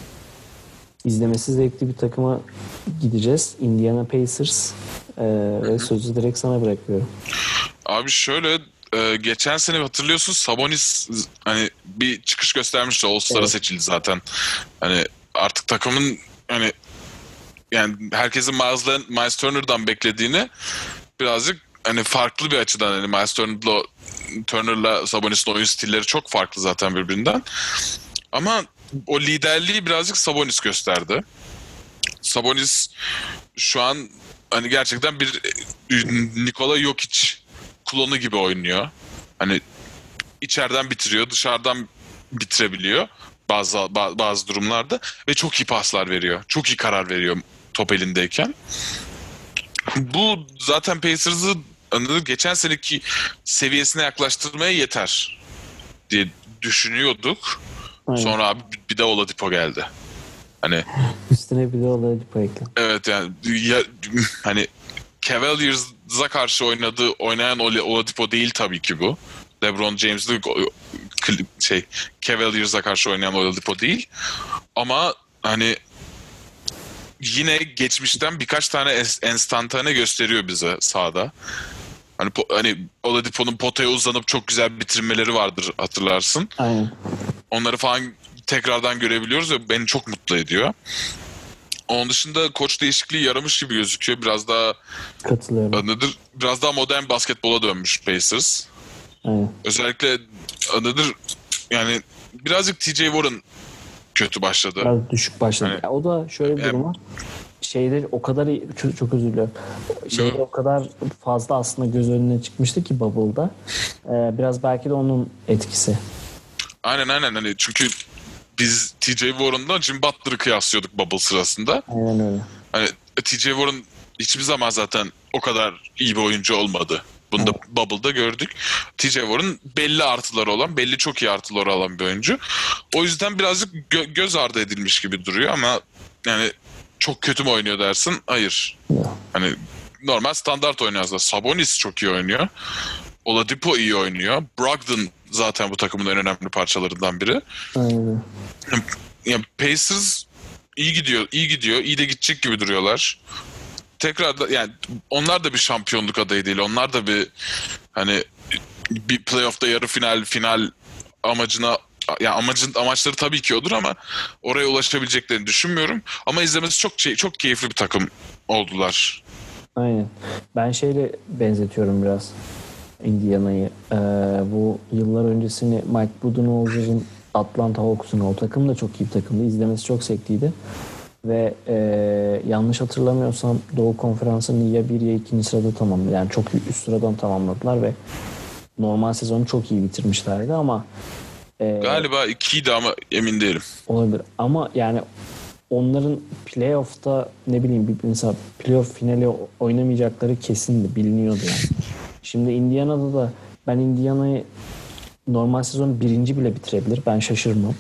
İzlemesi zevkli bir takıma gideceğiz. Indiana Pacers. Ee, ve sözü direkt sana bırakıyorum. Abi şöyle e, geçen sene hatırlıyorsun Sabonis hani bir çıkış göstermişti. All-Star'a Evet. seçildi zaten. Hani artık takımın hani yani herkesin Miles'la, Miles Turner'dan beklediğini birazcık hani farklı bir açıdan hani Miles Turner'la Turner'la Sabonis'in oyun stilleri çok farklı zaten birbirinden. Ama o liderliği birazcık Sabonis gösterdi. Sabonis şu an hani gerçekten bir e, Nikola Jokic klonu gibi oynuyor. Hani içeriden bitiriyor, dışarıdan bitirebiliyor bazı ba- bazı durumlarda ve çok iyi paslar veriyor. Çok iyi karar veriyor top elindeyken. Bu zaten Pacers'ı anladın, geçen seneki seviyesine yaklaştırmaya yeter diye düşünüyorduk. Aynen. Sonra abi bir de Oladipo geldi. Hani Üstüne bir de Oladipo ekle. evet yani ya, hani Cavaliers'a karşı oynadığı oynayan Ol- Oladipo değil tabii ki bu. LeBron James'li şey Cavaliers'a karşı oynayan Oladipo değil. Ama hani yine geçmişten birkaç tane es- enstantane gösteriyor bize sahada. Hani po- hani Oladipo'nun potaya uzanıp çok güzel bitirmeleri vardır hatırlarsın. Aynen. Onları falan tekrardan görebiliyoruz ve beni çok mutlu ediyor. Onun dışında koç değişikliği yaramış gibi gözüküyor. Biraz daha Katılıyorum. nedir? Biraz daha modern basketbola dönmüş Pacers. Aynen. Özellikle nedir? Yani birazcık T J Warren kötü başladı. Biraz düşük başladı. Hani Ya o da şöyle bir yani, durum var. Şeyde o kadar iyi, çok, çok özür diliyorum. Şeyde o kadar fazla aslında göz önüne çıkmıştı ki Bubble'da. Ee, biraz belki de onun etkisi. aynen aynen hani çünkü biz T J Warren'la Jim Butler'ı kıyaslıyorduk Bubble sırasında. Aynen öyle. Hani T J Warren hiçbir zaman zaten o kadar iyi bir oyuncu olmadı. Bunu da Aynen. Bubble'da gördük. T J Warren belli artıları olan, belli çok iyi artıları olan bir oyuncu. O yüzden birazcık gö- göz ardı edilmiş gibi duruyor ama yani çok kötü mü oynuyor dersin? Hayır. Ya. Hani normal standart oynuyor aslında. Sabonis çok iyi oynuyor. Oladipo iyi oynuyor. Brogdon zaten bu takımın en önemli parçalarından biri. Aynen öyle. Yani Pacers iyi gidiyor, iyi gidiyor, iyi de gidecek gibi duruyorlar. Tekrar da yani onlar da bir şampiyonluk adayı değil. Onlar da bir hani bir playoff'ta yarı final final amacına ya amacın amaçları tabii ki odur ama oraya ulaşabileceklerini düşünmüyorum. Ama izlemesi çok şey, çok keyifli bir takım oldular. Aynen. Ben şeyle benzetiyorum biraz Indiana'yı. Ee, bu yıllar öncesini Mike Budenholzer'ın Atlanta Hawks'un o takım da çok iyi bir takımdı. İzlemesi çok zevkliydi. Ve e, yanlış hatırlamıyorsam Doğu Konferansı'nı ya bir ya ikinci sırada tamamladı. Yani çok üst sıradan tamamladılar ve normal sezonu çok iyi bitirmişlerdi ama e, Galiba ikiydi ama emin değilim. olabilir. Ama yani onların playoff'ta ne bileyim bir mesela playoff finali oynamayacakları kesindi, biliniyordu yani. Şimdi Indiana'da da ben Indiana'yı normal sezon birinci bile bitirebilir. Ben şaşırmam.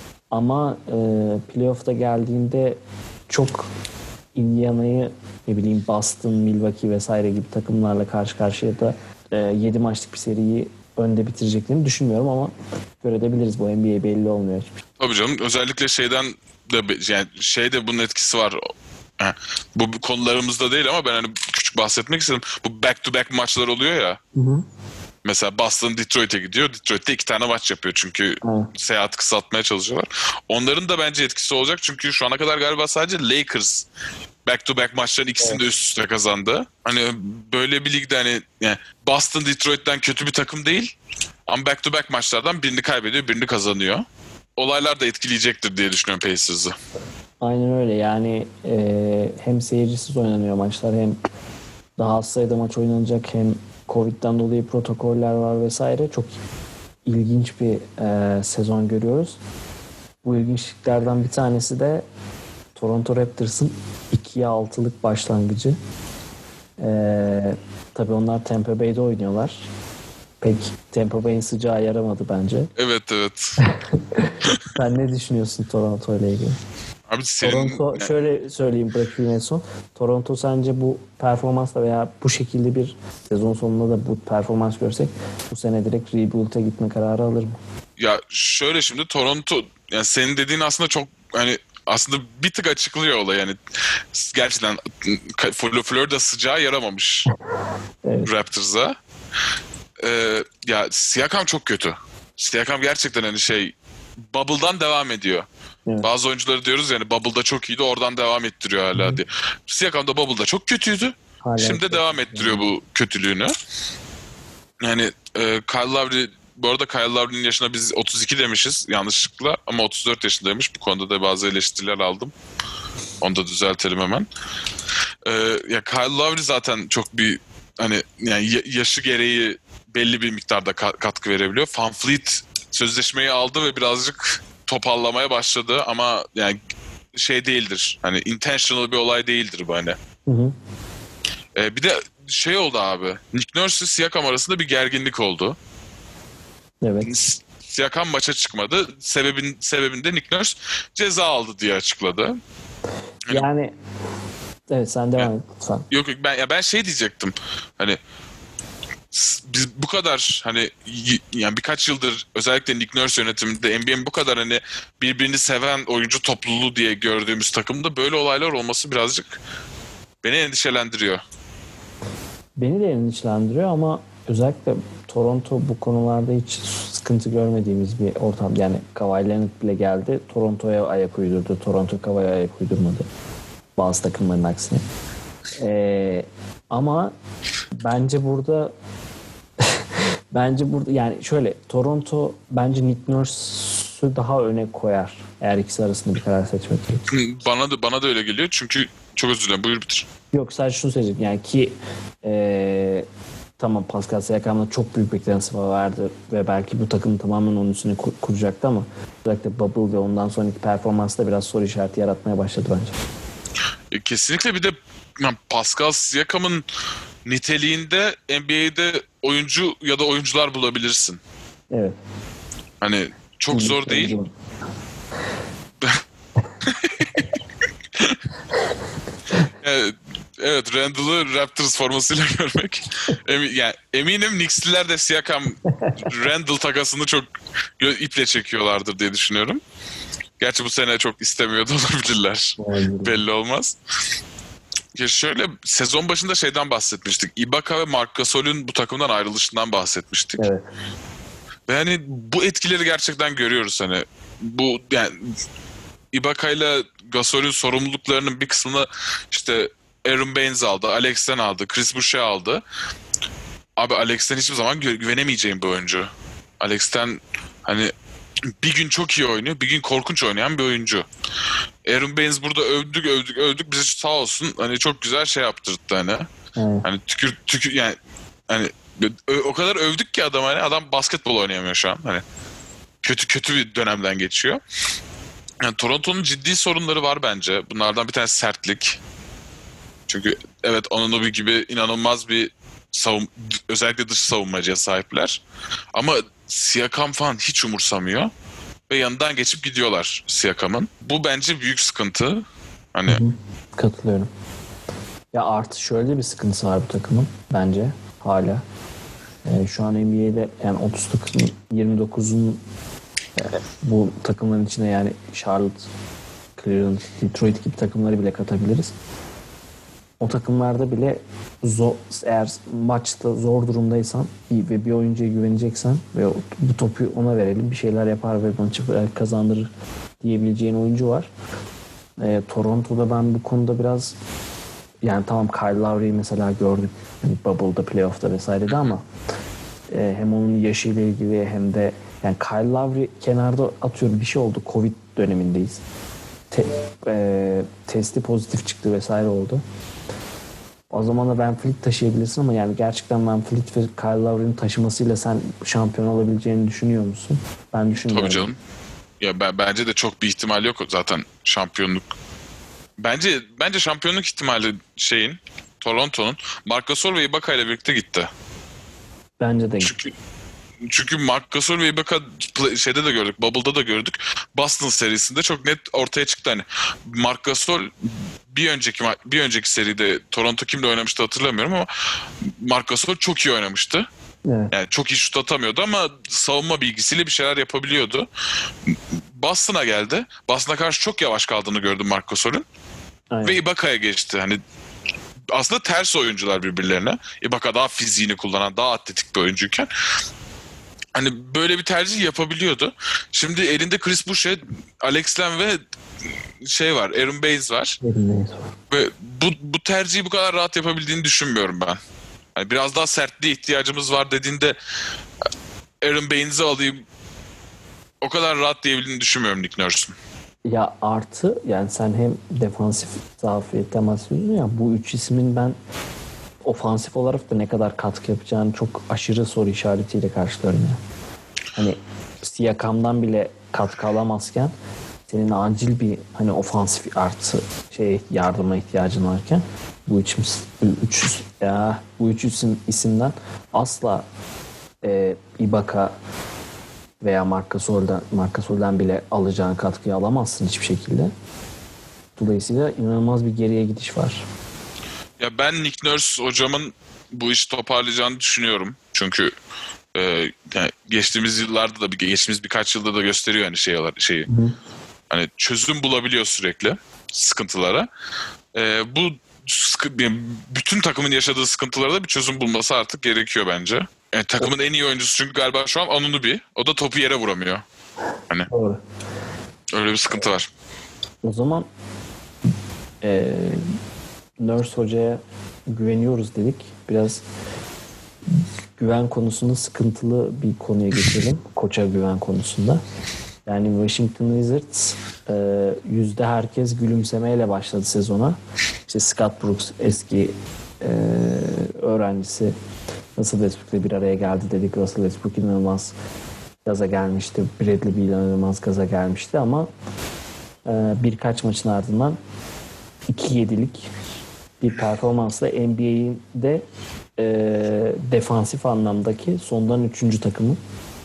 Ama e, playoff'ta geldiğinde çok Indiana'yı ne bileyim Boston, Milwaukee vesaire gibi takımlarla karşı karşıya da e, yedi maçlık bir seriyi önde bitireceklerini düşünmüyorum ama görebiliriz. Bu N B A belli olmuyor hiçbir. Tabii canım özellikle şeyden de be- yani şeyde bunun etkisi var. Ha, bu konularımızda değil ama ben hani küçük bahsetmek istedim. Bu back to back maçlar oluyor ya. Hı hı. Mesela Boston Detroit'e gidiyor. Detroit'te iki tane maç yapıyor çünkü Evet. seyahat kısaltmaya çalışıyorlar. Onların da bence etkisi olacak çünkü şu ana kadar galiba sadece Lakers back to back maçların ikisini de üst üste kazandı. Hani böyle bir ligde hani yani Boston Detroit'ten kötü bir takım değil ama back to back maçlardan birini kaybediyor, birini kazanıyor. Olaylar da etkileyecektir diye düşünüyorum Pacers'ı. Aynen öyle yani e, hem seyircisiz oynanıyor maçlar hem daha az sayıda maç oynanacak hem Covid'den dolayı protokoller var vesaire. Çok ilginç bir e, sezon görüyoruz. Bu ilginçliklerden bir tanesi de Toronto Raptors'ın ikiye altılık başlangıcı. E, tabii onlar Tampa Bay'de oynuyorlar. Pek Tampa Bay'in sıcağı yaramadı bence. Evet evet. Sen ne düşünüyorsun Toronto ile ilgili? Abi senin... Toronto şöyle söyleyeyim bırakayım en son. Toronto sence bu performansla veya bu şekilde bir sezon sonunda da bu performans görsek bu sene direkt rebuild'e gitme kararı alır mı? Ya şöyle şimdi Toronto yani senin dediğin aslında çok hani aslında bir tık açıklıyor olay yani gerçekten Florida sıcağı yaramamış Evet. Raptors'a. Ee, ya Siakam çok kötü. Siakam gerçekten hani şey Bubble'dan devam ediyor. Evet. Bazı oyuncuları diyoruz yani Bubble'da çok iyiydi oradan devam ettiriyor hala Hı-hı. diye. Siakam da Bubble'da çok kötüydü. Hala Şimdi de devam ettiriyor bu kötülüğünü. Yani e, Kyle Lowry bu arada Kyle Lowry'nin yaşına biz otuz iki demişiz yanlışlıkla ama otuz dört yaşındaymış. Bu konuda da bazı eleştiriler aldım. Onu da düzeltelim hemen. Ee, ya Kyle Lowry zaten çok bir hani yani yaşı gereği belli bir miktarda ka- katkı verebiliyor. VanVleet sözleşmeyi aldı ve birazcık topallamaya başladı ama yani şey değildir. Hani intentional bir olay değildir bu hani. Hı hı. Ee, bir de şey oldu abi. Nick Nurse ile Siakam arasında bir gerginlik oldu. Evet. Siakam maça çıkmadı. Sebebin sebebinde Nick Nurse ceza aldı diye açıkladı. Hani, yani evet sen devam yani, et lütfen. Yok yok ben ya ben şey diyecektim. Hani biz bu kadar hani y- yani birkaç yıldır özellikle Nick Nurse yönetiminde N B A'nin bu kadar hani birbirini seven oyuncu topluluğu diye gördüğümüz takımda böyle olaylar olması birazcık beni endişelendiriyor. Beni de endişelendiriyor ama özellikle Toronto bu konularda hiç sıkıntı görmediğimiz bir ortam. Yani Kawhi Leonard bile geldi. Toronto'ya ayak uydurdu. Toronto Kawhi'ye ayak uydurmadı. Bazı takımların aksine. Ee, ama bence burada bence burada yani şöyle Toronto bence Nick Nurse'ü daha öne koyar. Eğer ikisi arasında bir karar seçmek gerekirse. Bana da bana da öyle geliyor çünkü çok özür dilerim buyur bitir. Yok sadece şunu söyleyeceğim yani ki ee, tamam Pascal Siakam'la çok büyük beklentisi vardı ve belki bu takım tamamen onun üstüne kur- kuracaktı ama özellikle Bubble ve ondan sonraki performansta biraz soru işareti yaratmaya başladı bence. E, kesinlikle bir de yani Pascal Siakam'ın niteliğinde N B A'de oyuncu ya da oyuncular bulabilirsin. Evet. Hani çok zor değil. Evet, evet Randall'ı Raptors formasıyla görmek. Emi, yani eminim Knicks'liler de Siakam Randall takasını çok iple çekiyorlardır diye düşünüyorum. Gerçi bu sene çok istemiyor da olabilirler. Belli olmaz. Ya şöyle sezon başında şeyden bahsetmiştik. Ibaka ve Marc Gasol'ün bu takımdan ayrılışından bahsetmiştik. Evet. Ve hani bu etkileri gerçekten görüyoruz hani. Bu yani Ibaka ile Gasol'ün sorumluluklarının bir kısmını işte Aaron Baines aldı, Alex'ten aldı, Chris Boucher aldı. Abi Alex'ten hiçbir zaman gü- güvenemeyeceğim bir oyuncu. Alex'ten hani bir gün çok iyi oynuyor, bir gün korkunç oynayan bir oyuncu. Aaron Baines burada övdük övdük övdük bize sağ olsun hani çok güzel şey yaptırdı hani. Evet. Hani tükür tükür yani hani o kadar övdük ki adam hani adam basketbol oynayamıyor şu an hani. Kötü kötü bir dönemden geçiyor. Yani Toronto'nun ciddi sorunları var bence. Bunlardan bir tanesi sertlik. Çünkü evet Anunoby gibi inanılmaz bir savun özellikle dış savunmacıya sahipler. Ama Siakam falan hiç umursamıyor. Ve yanından geçip gidiyorlar Siakam'ın. Bu bence büyük sıkıntı. Hani Hı hı. Katılıyorum. Ya artı şöyle bir sıkıntısı var bu takımın bence hala. Ee, şu an N B A'de yani otuz takım yirmi dokuzun e, bu takımların içine yani Charlotte, Cleveland, Detroit gibi takımları bile katabiliriz. O takımlarda bile zor, eğer maçta zor durumdaysan bir, ve bir oyuncuya güveneceksen ve o- bu topu ona verelim bir şeyler yapar ve maçı kazandırır diyebileceğin oyuncu var. E, Toronto'da ben bu konuda biraz yani tamam Kyle Lowry'yi mesela gördük. Hani Bubble'da, playoff'ta vesairede ama e, hem onun yaşıyla ilgili hem de yani Kyle Lowry kenarda atıyorum bir şey oldu. Covid dönemindeyiz. Te, e, testi pozitif çıktı vesaire oldu. O zaman da Van Fleet taşıyabilirsin ama yani gerçekten Van Fleet ve Kyle Lowry'nin taşımasıyla sen şampiyon olabileceğini düşünüyor musun? Ben düşünmüyorum. Tabii canım. Ya ben, bence de çok bir ihtimal yok zaten şampiyonluk. Bence bence şampiyonluk ihtimali şeyin Toronto'nun Marc Gasol ve Ibaka ile birlikte gitti. Bence de. Çünkü çünkü Marc Gasol ve Ibaka play- şeyde de gördük, Bubble'da da gördük. Boston serisinde çok net ortaya çıktı hani. Marc Gasol bir önceki ma- bir önceki seride Toronto kimle oynamıştı hatırlamıyorum ama Marc Gasol çok iyi oynamıştı. Evet. Yani çok iyi şut atamıyordu ama savunma bilgisiyle bir şeyler yapabiliyordu. Boston'a geldi. Boston'a karşı çok yavaş kaldığını gördüm Marc Gasol'ün. Aynen. Ve Ibaka'ya geçti. Hani aslında ters oyuncular birbirlerine. Ibaka daha fiziğini kullanan, daha atletik bir oyuncuyken hani böyle bir tercih yapabiliyordu. Şimdi elinde Chris Boucher, Alex Len ve şey var, Aaron Baines var. Elindeyiz. Ve bu, bu tercihi bu kadar rahat yapabildiğini düşünmüyorum ben. Yani biraz daha sertliğe ihtiyacımız var dediğinde Aaron Baines'i alayım o kadar rahat diyebildiğini düşünmüyorum Nick Nurse'un. Ya artı yani sen hem defansif zafiyetten bahsediyorsun ya bu üç ismin ben ofansif olarak da ne kadar katkı yapacağını çok aşırı soru işaretiyle karşılarım ya. Hani Siakam'dan bile katkı alamazken senin acil bir hani ofansif artı şey yardıma ihtiyacın varken bu üç, üç ya bu üç isim, isimden asla e, Ibaka veya Marc Gasol'dan, Marc Gasol'dan bile alacağın katkıyı alamazsın hiçbir şekilde. Dolayısıyla inanılmaz bir geriye gidiş var. Ya ben Nick Nurse hocamın bu işi toparlayacağını düşünüyorum. Çünkü e, yani geçtiğimiz yıllarda da geçtiğimiz birkaç yılda da gösteriyor hani şey şeyi. Hı. Hani çözüm bulabiliyor sürekli sıkıntılara. E, bu sıkı, yani bütün takımın yaşadığı sıkıntılara da bir çözüm bulması artık gerekiyor bence. Yani takımın en iyi oyuncusu çünkü galiba şu an Anunoby. O da topu yere vuramıyor. Hani Doğru. öyle bir sıkıntı var. O zaman e, Nurse hocaya güveniyoruz dedik. Biraz güven konusunda sıkıntılı bir konuya geçelim. Koça güven konusunda. Yani Washington Wizards e, yüzde herkes gülümsemeyle başladı sezona. İşte Scott Brooks eski e, öğrencisi Russell Westbrook'la bir araya geldi dedik. Russell Westbrook inanılmaz gaza gelmişti. Bradley Beal inanılmaz gaza gelmişti ama e, birkaç maçın ardından iki yedilik bir performansla N B A'in de e, defansif anlamdaki sondan üçüncü takımı.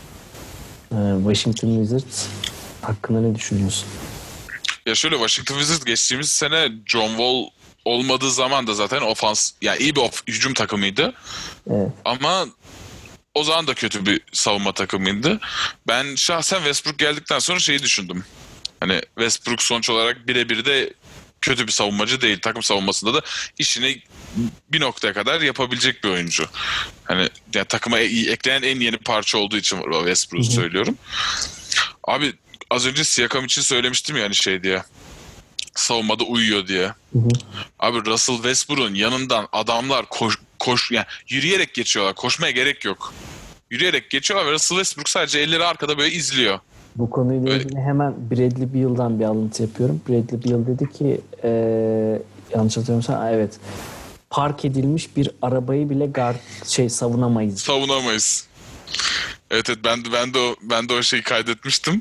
E, Washington Wizards hakkında ne düşünüyorsun? Ya şöyle Washington Wizards geçtiğimiz sene John Wall olmadığı zaman da zaten ofans yani iyi bir of, hücum takımıydı. Evet. Ama o zaman da kötü bir savunma takımıydı. Ben şahsen Westbrook geldikten sonra şeyi düşündüm. Hani Westbrook sonuç olarak birebir de kötü bir savunmacı değil. Takım savunmasında da işini bir noktaya kadar yapabilecek bir oyuncu. Hani yani takıma e- eklenen en yeni parça olduğu için Westbrook'u söylüyorum. Abi az önce Siakam için söylemiştim ya hani şey diye. Savunmada uyuyor diye. Hı hı. Abi Russell Westbrook'un yanından adamlar koş, koş yani yürüyerek geçiyorlar. Koşmaya gerek yok. Yürüyerek geçiyorlar ve Russell Westbrook sadece elleri arkada böyle izliyor. Bu konuyla Öyle. ilgili hemen Bradley Beal'dan bir alıntı yapıyorum. Bradley Beal dedi ki e, yanlış hatırlamıyorsam evet park edilmiş bir arabayı bile guard, şey savunamayız. Savunamayız. Evet evet ben de ben de o ben de o şeyi kaydetmiştim.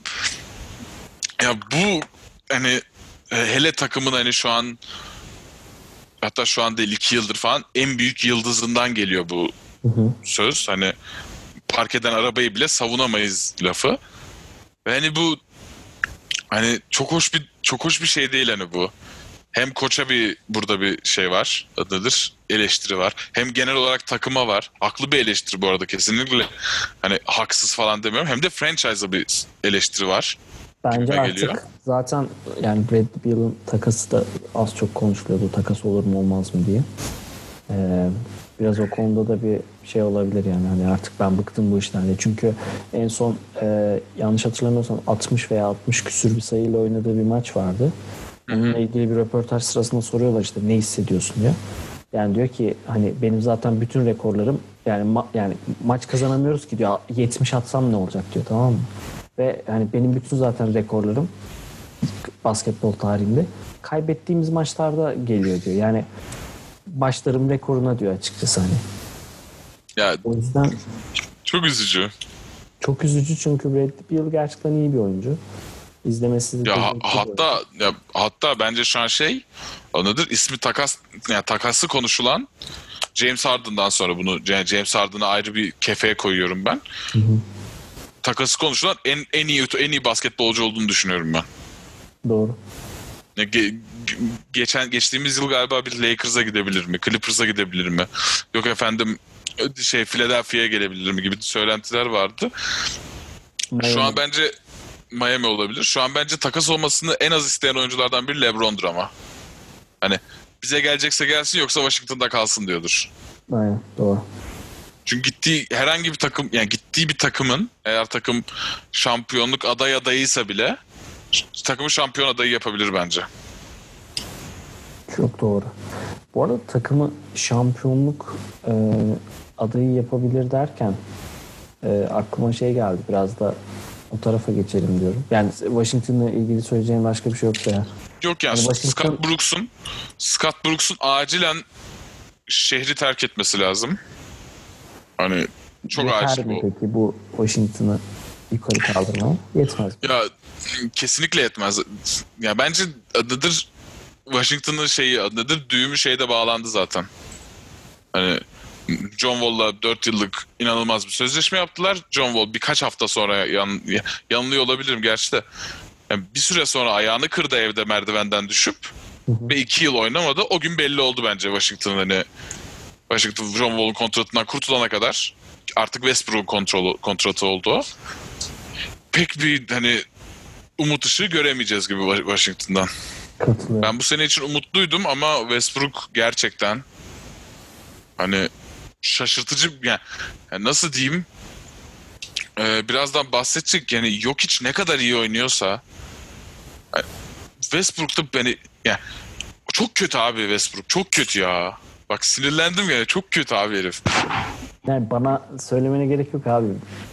Ya bu hani e, hele takımın hani şu an hatta şu an değil iki yıldır falan en büyük yıldızından geliyor bu Hı hı. söz. Hani park eden arabayı bile savunamayız lafı. Ve hani bu hani çok hoş bir çok hoş bir şey değil hani bu. Hem koça bir burada bir şey var. Adı nedir? Eleştiri var. Hem genel olarak takıma var. Haklı bir eleştiri bu arada kesinlikle. Hani haksız falan demiyorum. Hem de franchise'a bir eleştiri var. Bence Gibime artık geliyor. zaten yani Bradley Beal'ın takası da az çok konuşuluyordu. Takas olur mu olmaz mı diye. Ee, biraz o konuda da bir şey olabilir yani. Hani artık ben bıktım bu işten diye. Çünkü en son e, yanlış hatırlamıyorsam altmış veya altmış küsür bir sayıyla oynadığı bir maç vardı. Onunla ilgili bir röportaj sırasında soruyorlar işte ne hissediyorsun diyor. Yani diyor ki hani benim zaten bütün rekorlarım yani ma- yani maç kazanamıyoruz ki diyor yetmiş atsam ne olacak diyor, tamam mı? Ve hani benim bütün zaten rekorlarım basketbol tarihinde kaybettiğimiz maçlarda geliyor diyor. Yani başlarım rekoruna diyor açıkçası hani. Ya O yüzden çok üzücü. çok üzücü çünkü Bradley Beal gerçekten iyi bir oyuncu. İzlemesi de Ya ha- zevkli bir oyuncu. hatta ya hatta bence şu an şey anıdır ismi takas yani takası konuşulan James Harden'dan sonra bunu yani James Harden'ı ayrı bir kefeye koyuyorum ben. Hı hı. Takası konuşulan en en iyi en iyi basketbolcu olduğunu düşünüyorum ben. Doğru. Ya ge- ge- geçen geçtiğimiz yıl galiba bir Lakers'a gidebilir mi? Clippers'a gidebilir mi? Yok efendim şey Philadelphia'ya gelebilir mi gibi söylentiler vardı. Şu an Miami. bence Miami olabilir. Şu an bence takas olmasını en az isteyen oyunculardan biri LeBron'dur ama. Hani bize gelecekse gelsin yoksa Washington'da kalsın diyordur. Aynen doğru. Çünkü gittiği herhangi bir takım yani gittiği bir takımın eğer takım şampiyonluk aday adayıysa bile takımı şampiyon adayı yapabilir bence. Çok doğru. Bu arada takımı şampiyonluk e, adayı yapabilir derken e, aklıma şey geldi. Biraz da o tarafa geçelim diyorum. Yani Washington'la ilgili söyleyeceğim başka bir şey yoksa ya. Yok yani Hani Washington Scott Brooks'un Scott Brooks'un acilen şehri terk etmesi lazım. Hani çok yeter acil mi bu. peki bu Washington'ı yukarı kaldırmaya? Yetmez mi? Ya kesinlikle yetmez. Ya bence adıdır Washington'ın şeyi adıdır düğümü şeyde bağlandı zaten. Hani John Wall'la dört yıllık inanılmaz bir sözleşme yaptılar. John Wall birkaç hafta sonra yan, yanılıyor olabilirim gerçi de. Yani bir süre sonra ayağını kırdı evde merdivenden düşüp Hı hı. ve iki yıl oynamadı. O gün belli oldu bence Washington'ın hani Washington John Wall'un kontratından kurtulana kadar artık Westbrook'un kontrolü, kontratı oldu o. Pek bir hani umut ışığı göremeyeceğiz gibi Washington'dan. Katılıyorum. Ben bu sene için umutluydum ama Westbrook gerçekten hani şaşırtıcı yani, yani nasıl diyeyim ee, birazdan bahsedecek yani Jokic ne kadar iyi oynuyorsa yani Westbrook da beni yani çok kötü abi Westbrook çok kötü ya. Bak sinirlendim ya çok kötü abi herif. Yani bana söylemene gerek yok abi.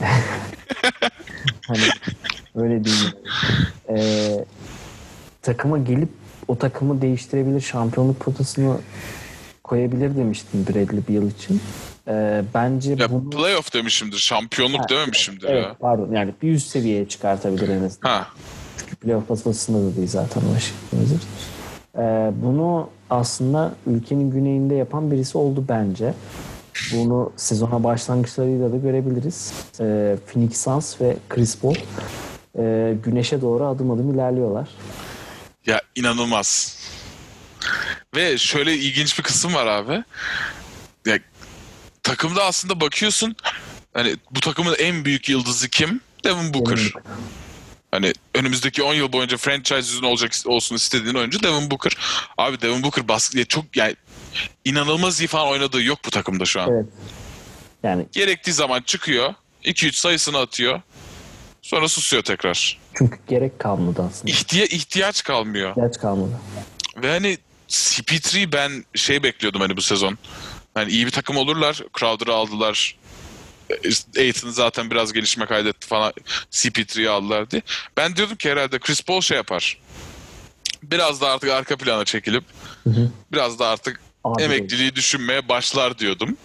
Hani öyle değil. Ee, takıma gelip o takımı değiştirebilir, şampiyonluk potasını koyabilir demiştim Bradley Beal için. Ee, bence Ya bunu playoff demişimdir şampiyonluk ha, dememişimdir evet ya. pardon yani bir üst seviyeye çıkartabilir en azından. Ha Çünkü playoff potasında da değil zaten Washington Wizards. Ee, bunu aslında ülkenin güneyinde yapan birisi oldu bence. Bunu sezona başlangıçlarıyla da görebiliriz. Ee, Phoenix Suns ve Chris Paul e, güneşe doğru adım adım ilerliyorlar. ya inanılmaz. Ve şöyle ilginç bir kısım var abi. Ya takımda aslında bakıyorsun hani bu takımın en büyük yıldızı kim? Devin Booker. Benim Hani önümüzdeki on yıl boyunca franchise yüzüne olacak olsun istediğin oyuncu Devin Booker. Abi Devin Booker basket çok yani inanılmaz iyi falan oynadığı yok bu takımda şu an. evet. Yani Gerektiği zaman çıkıyor, iki üç sayısını atıyor. Sonra susuyor tekrar. çünkü gerek kalmadı aslında. İhtiya ihtiyaç kalmıyor. İhtiyaç kalmadı. Ve hani C P üç ben şey bekliyordum hani bu sezon. Hani iyi bir takım olurlar. Crowder'ı aldılar. Aiton zaten biraz gelişme kaydetti falan. C P üç'ü aldılar diye. Ben diyordum ki herhalde Chris Paul şey yapar. Biraz da artık arka plana çekilip Hı hı. biraz da artık Adil emekliliği düşünmeye başlar diyordum.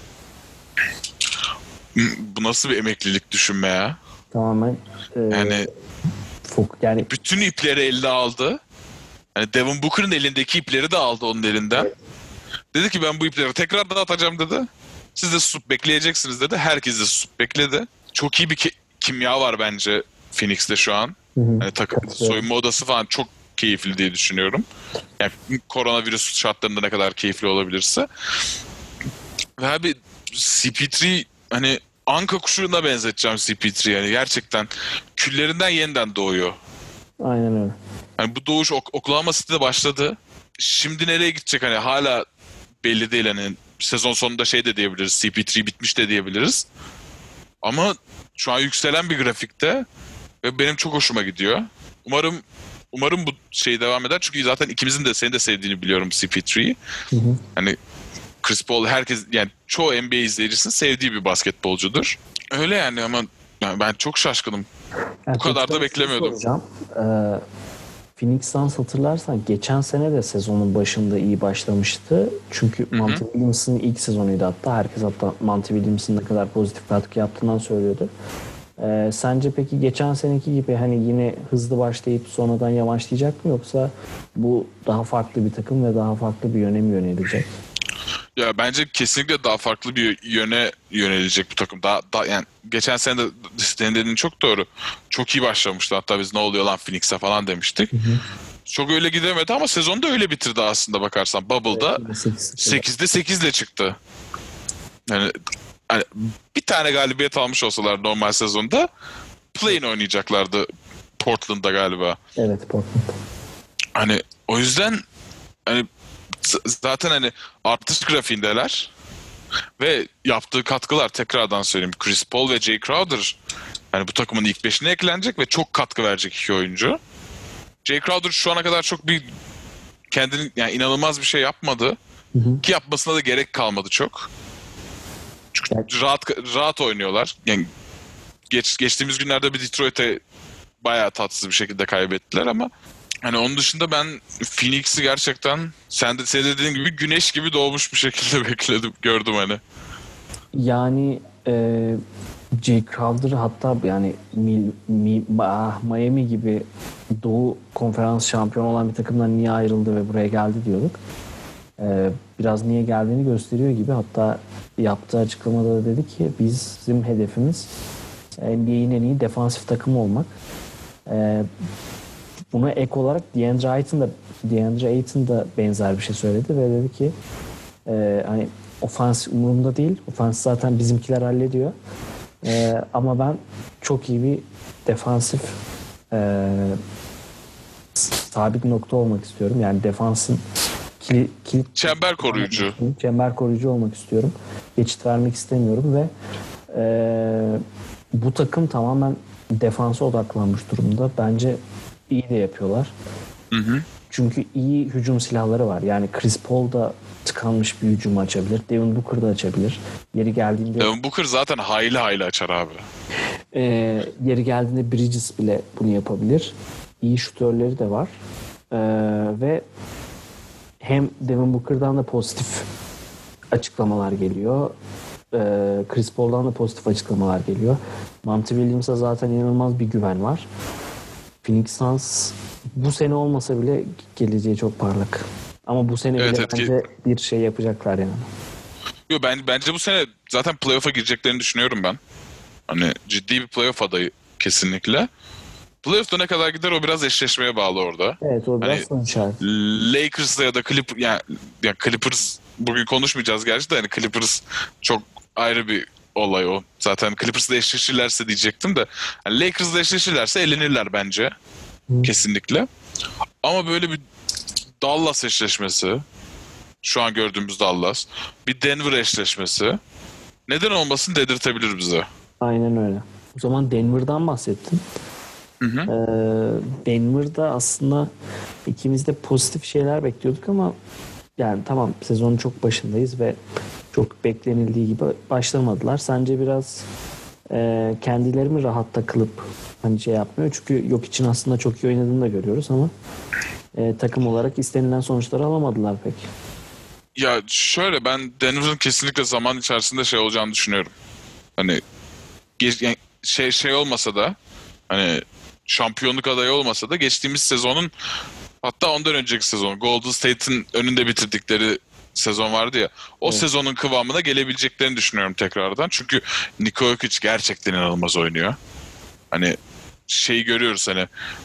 Bu nasıl bir emeklilik düşünme ya? Tamamen e, Yani fok yani bütün ipleri elde aldı. Hani Devin Booker'ın elindeki ipleri de aldı onun elinden. Evet. Dedi ki ben bu ipleri tekrar dağıtacağım dedi. Siz de susup bekleyeceksiniz dedi. Herkes de susup bekledi. Çok iyi bir ke- kimya var bence Phoenix'te şu an. Hı hı. Hani takım Katılıyorum. soyunma odası falan çok keyifli diye düşünüyorum. Yani koronavirüs şartlarında ne kadar keyifli olabilirse. Ve abi C P üç hani anka kuşuna benzeteceğim C P üç'ü yani gerçekten küllerinden yeniden doğuyor. Aynen öyle. Hani bu doğuş ok- Oklahoma City'de başladı. Şimdi nereye gidecek hani hala belli değil. Hani sezon sonunda şey de diyebiliriz. C P üç bitmiş de diyebiliriz. Ama şu an yükselen bir grafikte ve benim çok hoşuma gidiyor. Umarım umarım bu şey devam eder. Çünkü zaten ikimizin de senin de sevdiğini biliyorum C P üç'ü. Hani Chris Paul herkes yani çoğu N B A izleyicisinin sevdiği bir basketbolcudur. Öyle yani ama yani ben çok şaşkınım. Yani bu kadar da şey beklemiyordum. Ee, Phoenix Suns hatırlarsan geçen sene de sezonun başında iyi başlamıştı. Çünkü Hı hı. Monty Williams'ın ilk sezonuydu hatta. Herkes hatta Monty Williams'ın ne kadar pozitif katkı yaptığından söylüyordu. Ee, sence peki geçen seneki gibi hani yine hızlı başlayıp sonradan yavaşlayacak mı, yoksa bu daha farklı bir takım ve daha farklı bir yöne mi yönelecek? Ya bence kesinlikle daha farklı bir yöne yönelecek bu takım. Daha, daha yani geçen sene de senin dediğin çok doğru. Çok iyi başlamıştı. Hatta biz ne oluyor lan Phoenix'e falan demiştik. Hı hı. Çok öyle gidemedi ama sezonu da öyle bitirdi aslında bakarsan. Bubble'da Evet, sekizde sekizle çıktı. Yani hani bir tane galibiyet almış olsalar normal sezonda play-in oynayacaklardı Portland'da galiba. Evet, Portland. Hani o yüzden hani zaten hani artış grafiğindeler ve yaptığı katkılar, tekrardan söyleyeyim, Chris Paul ve Jay Crowder yani bu takımın ilk beşine eklenecek ve çok katkı verecek iki oyuncu. Jay Crowder şu ana kadar çok bir kendini yani inanılmaz bir şey yapmadı. Hı hı. Ki yapmasına da gerek kalmadı çok. Çünkü evet. rahat rahat oynuyorlar. Yani geç, geçtiğimiz günlerde bir Detroit'e bayağı tatsız bir şekilde kaybettiler ama hani onun dışında ben Phoenix'i gerçekten sen de senin dediğin gibi güneş gibi doğmuş bir şekilde bekledim, gördüm hani. Yani e, Jay Crowder hatta yani mi, mi, ah, Miami gibi Doğu Konferans şampiyonu olan bir takımdan niye ayrıldı ve buraya geldi diyorduk. E, biraz niye geldiğini gösteriyor gibi. Hatta yaptığı açıklamada da dedi ki bizim hedefimiz N B A'in en iyi defansif takımı olmak. E, Buna ek olarak DeAndre Ayton da DeAndre Ayton da benzer bir şey söyledi ve dedi ki e, hani ofans umurumda değil. Ofans zaten bizimkiler hallediyor. E, ama ben çok iyi bir defansif e, sabit nokta olmak istiyorum. Yani defansın kilit, kilit çember koruyucu. Çember koruyucu olmak istiyorum. Geçit vermek istemiyorum ve e, bu takım tamamen defansa odaklanmış durumda. Bence iyi de yapıyorlar. Hı hı. Çünkü iyi hücum silahları var. Yani Chris Paul da tıkanmış bir hücumu açabilir. Devin Booker da açabilir. Yeri geldiğinde... Devin Booker zaten hayli hayli açar abi. E, yeri geldiğinde Bridges bile bunu yapabilir. İyi şutörleri de var. E, ve hem Devin Booker'dan da pozitif açıklamalar geliyor. E, Chris Paul'dan da pozitif açıklamalar geliyor. Monty Williams'a zaten inanılmaz bir güven var. Phoenix Suns bu sene olmasa bile geleceği çok parlak. Ama bu sene evet, bile evet, bence bir şey yapacaklar yani. Yo, ben, bence bu sene zaten playoff'a gireceklerini düşünüyorum ben. Hani ciddi bir playoff adayı kesinlikle. Playoff'ta ne kadar gider o biraz eşleşmeye bağlı orada. Evet, o biraz hani, son işaret. Lakers'la ya da Clip, yani, yani Clippers bugün konuşmayacağız gerçi de hani Clippers çok ayrı bir olay o. Zaten Clippers'la eşleşirlerse diyecektim de yani Lakers'la eşleşirlerse elenirler bence. Hı. Kesinlikle. Ama böyle bir Dallas eşleşmesi, şu an gördüğümüz Dallas, bir Denver eşleşmesi neden olmasın dedirtebilir bize. Aynen öyle. O zaman Denver'dan bahsettin. Hı hı. Ee, Denver'da aslında ikimiz de pozitif şeyler bekliyorduk ama yani tamam, sezonun çok başındayız ve çok beklenildiği gibi başlamadılar. Sence biraz e, kendileri mi rahat takılıp hani şey yapmıyor? Çünkü yok için aslında çok iyi oynadığını da görüyoruz ama e, takım olarak istenilen sonuçları alamadılar pek. Ya şöyle, ben Denver'ın kesinlikle zaman içerisinde şey olacağını düşünüyorum. Hani yani şey şey olmasa da hani şampiyonluk adayı olmasa da geçtiğimiz sezonun, hatta ondan önceki sezon Golden State'in önünde bitirdikleri sezon vardı ya. O evet. Sezonun kıvamına gelebileceklerini düşünüyorum tekrardan. Çünkü Nikola Jokic gerçekten inanılmaz oynuyor. Hani şeyi görüyoruz, hani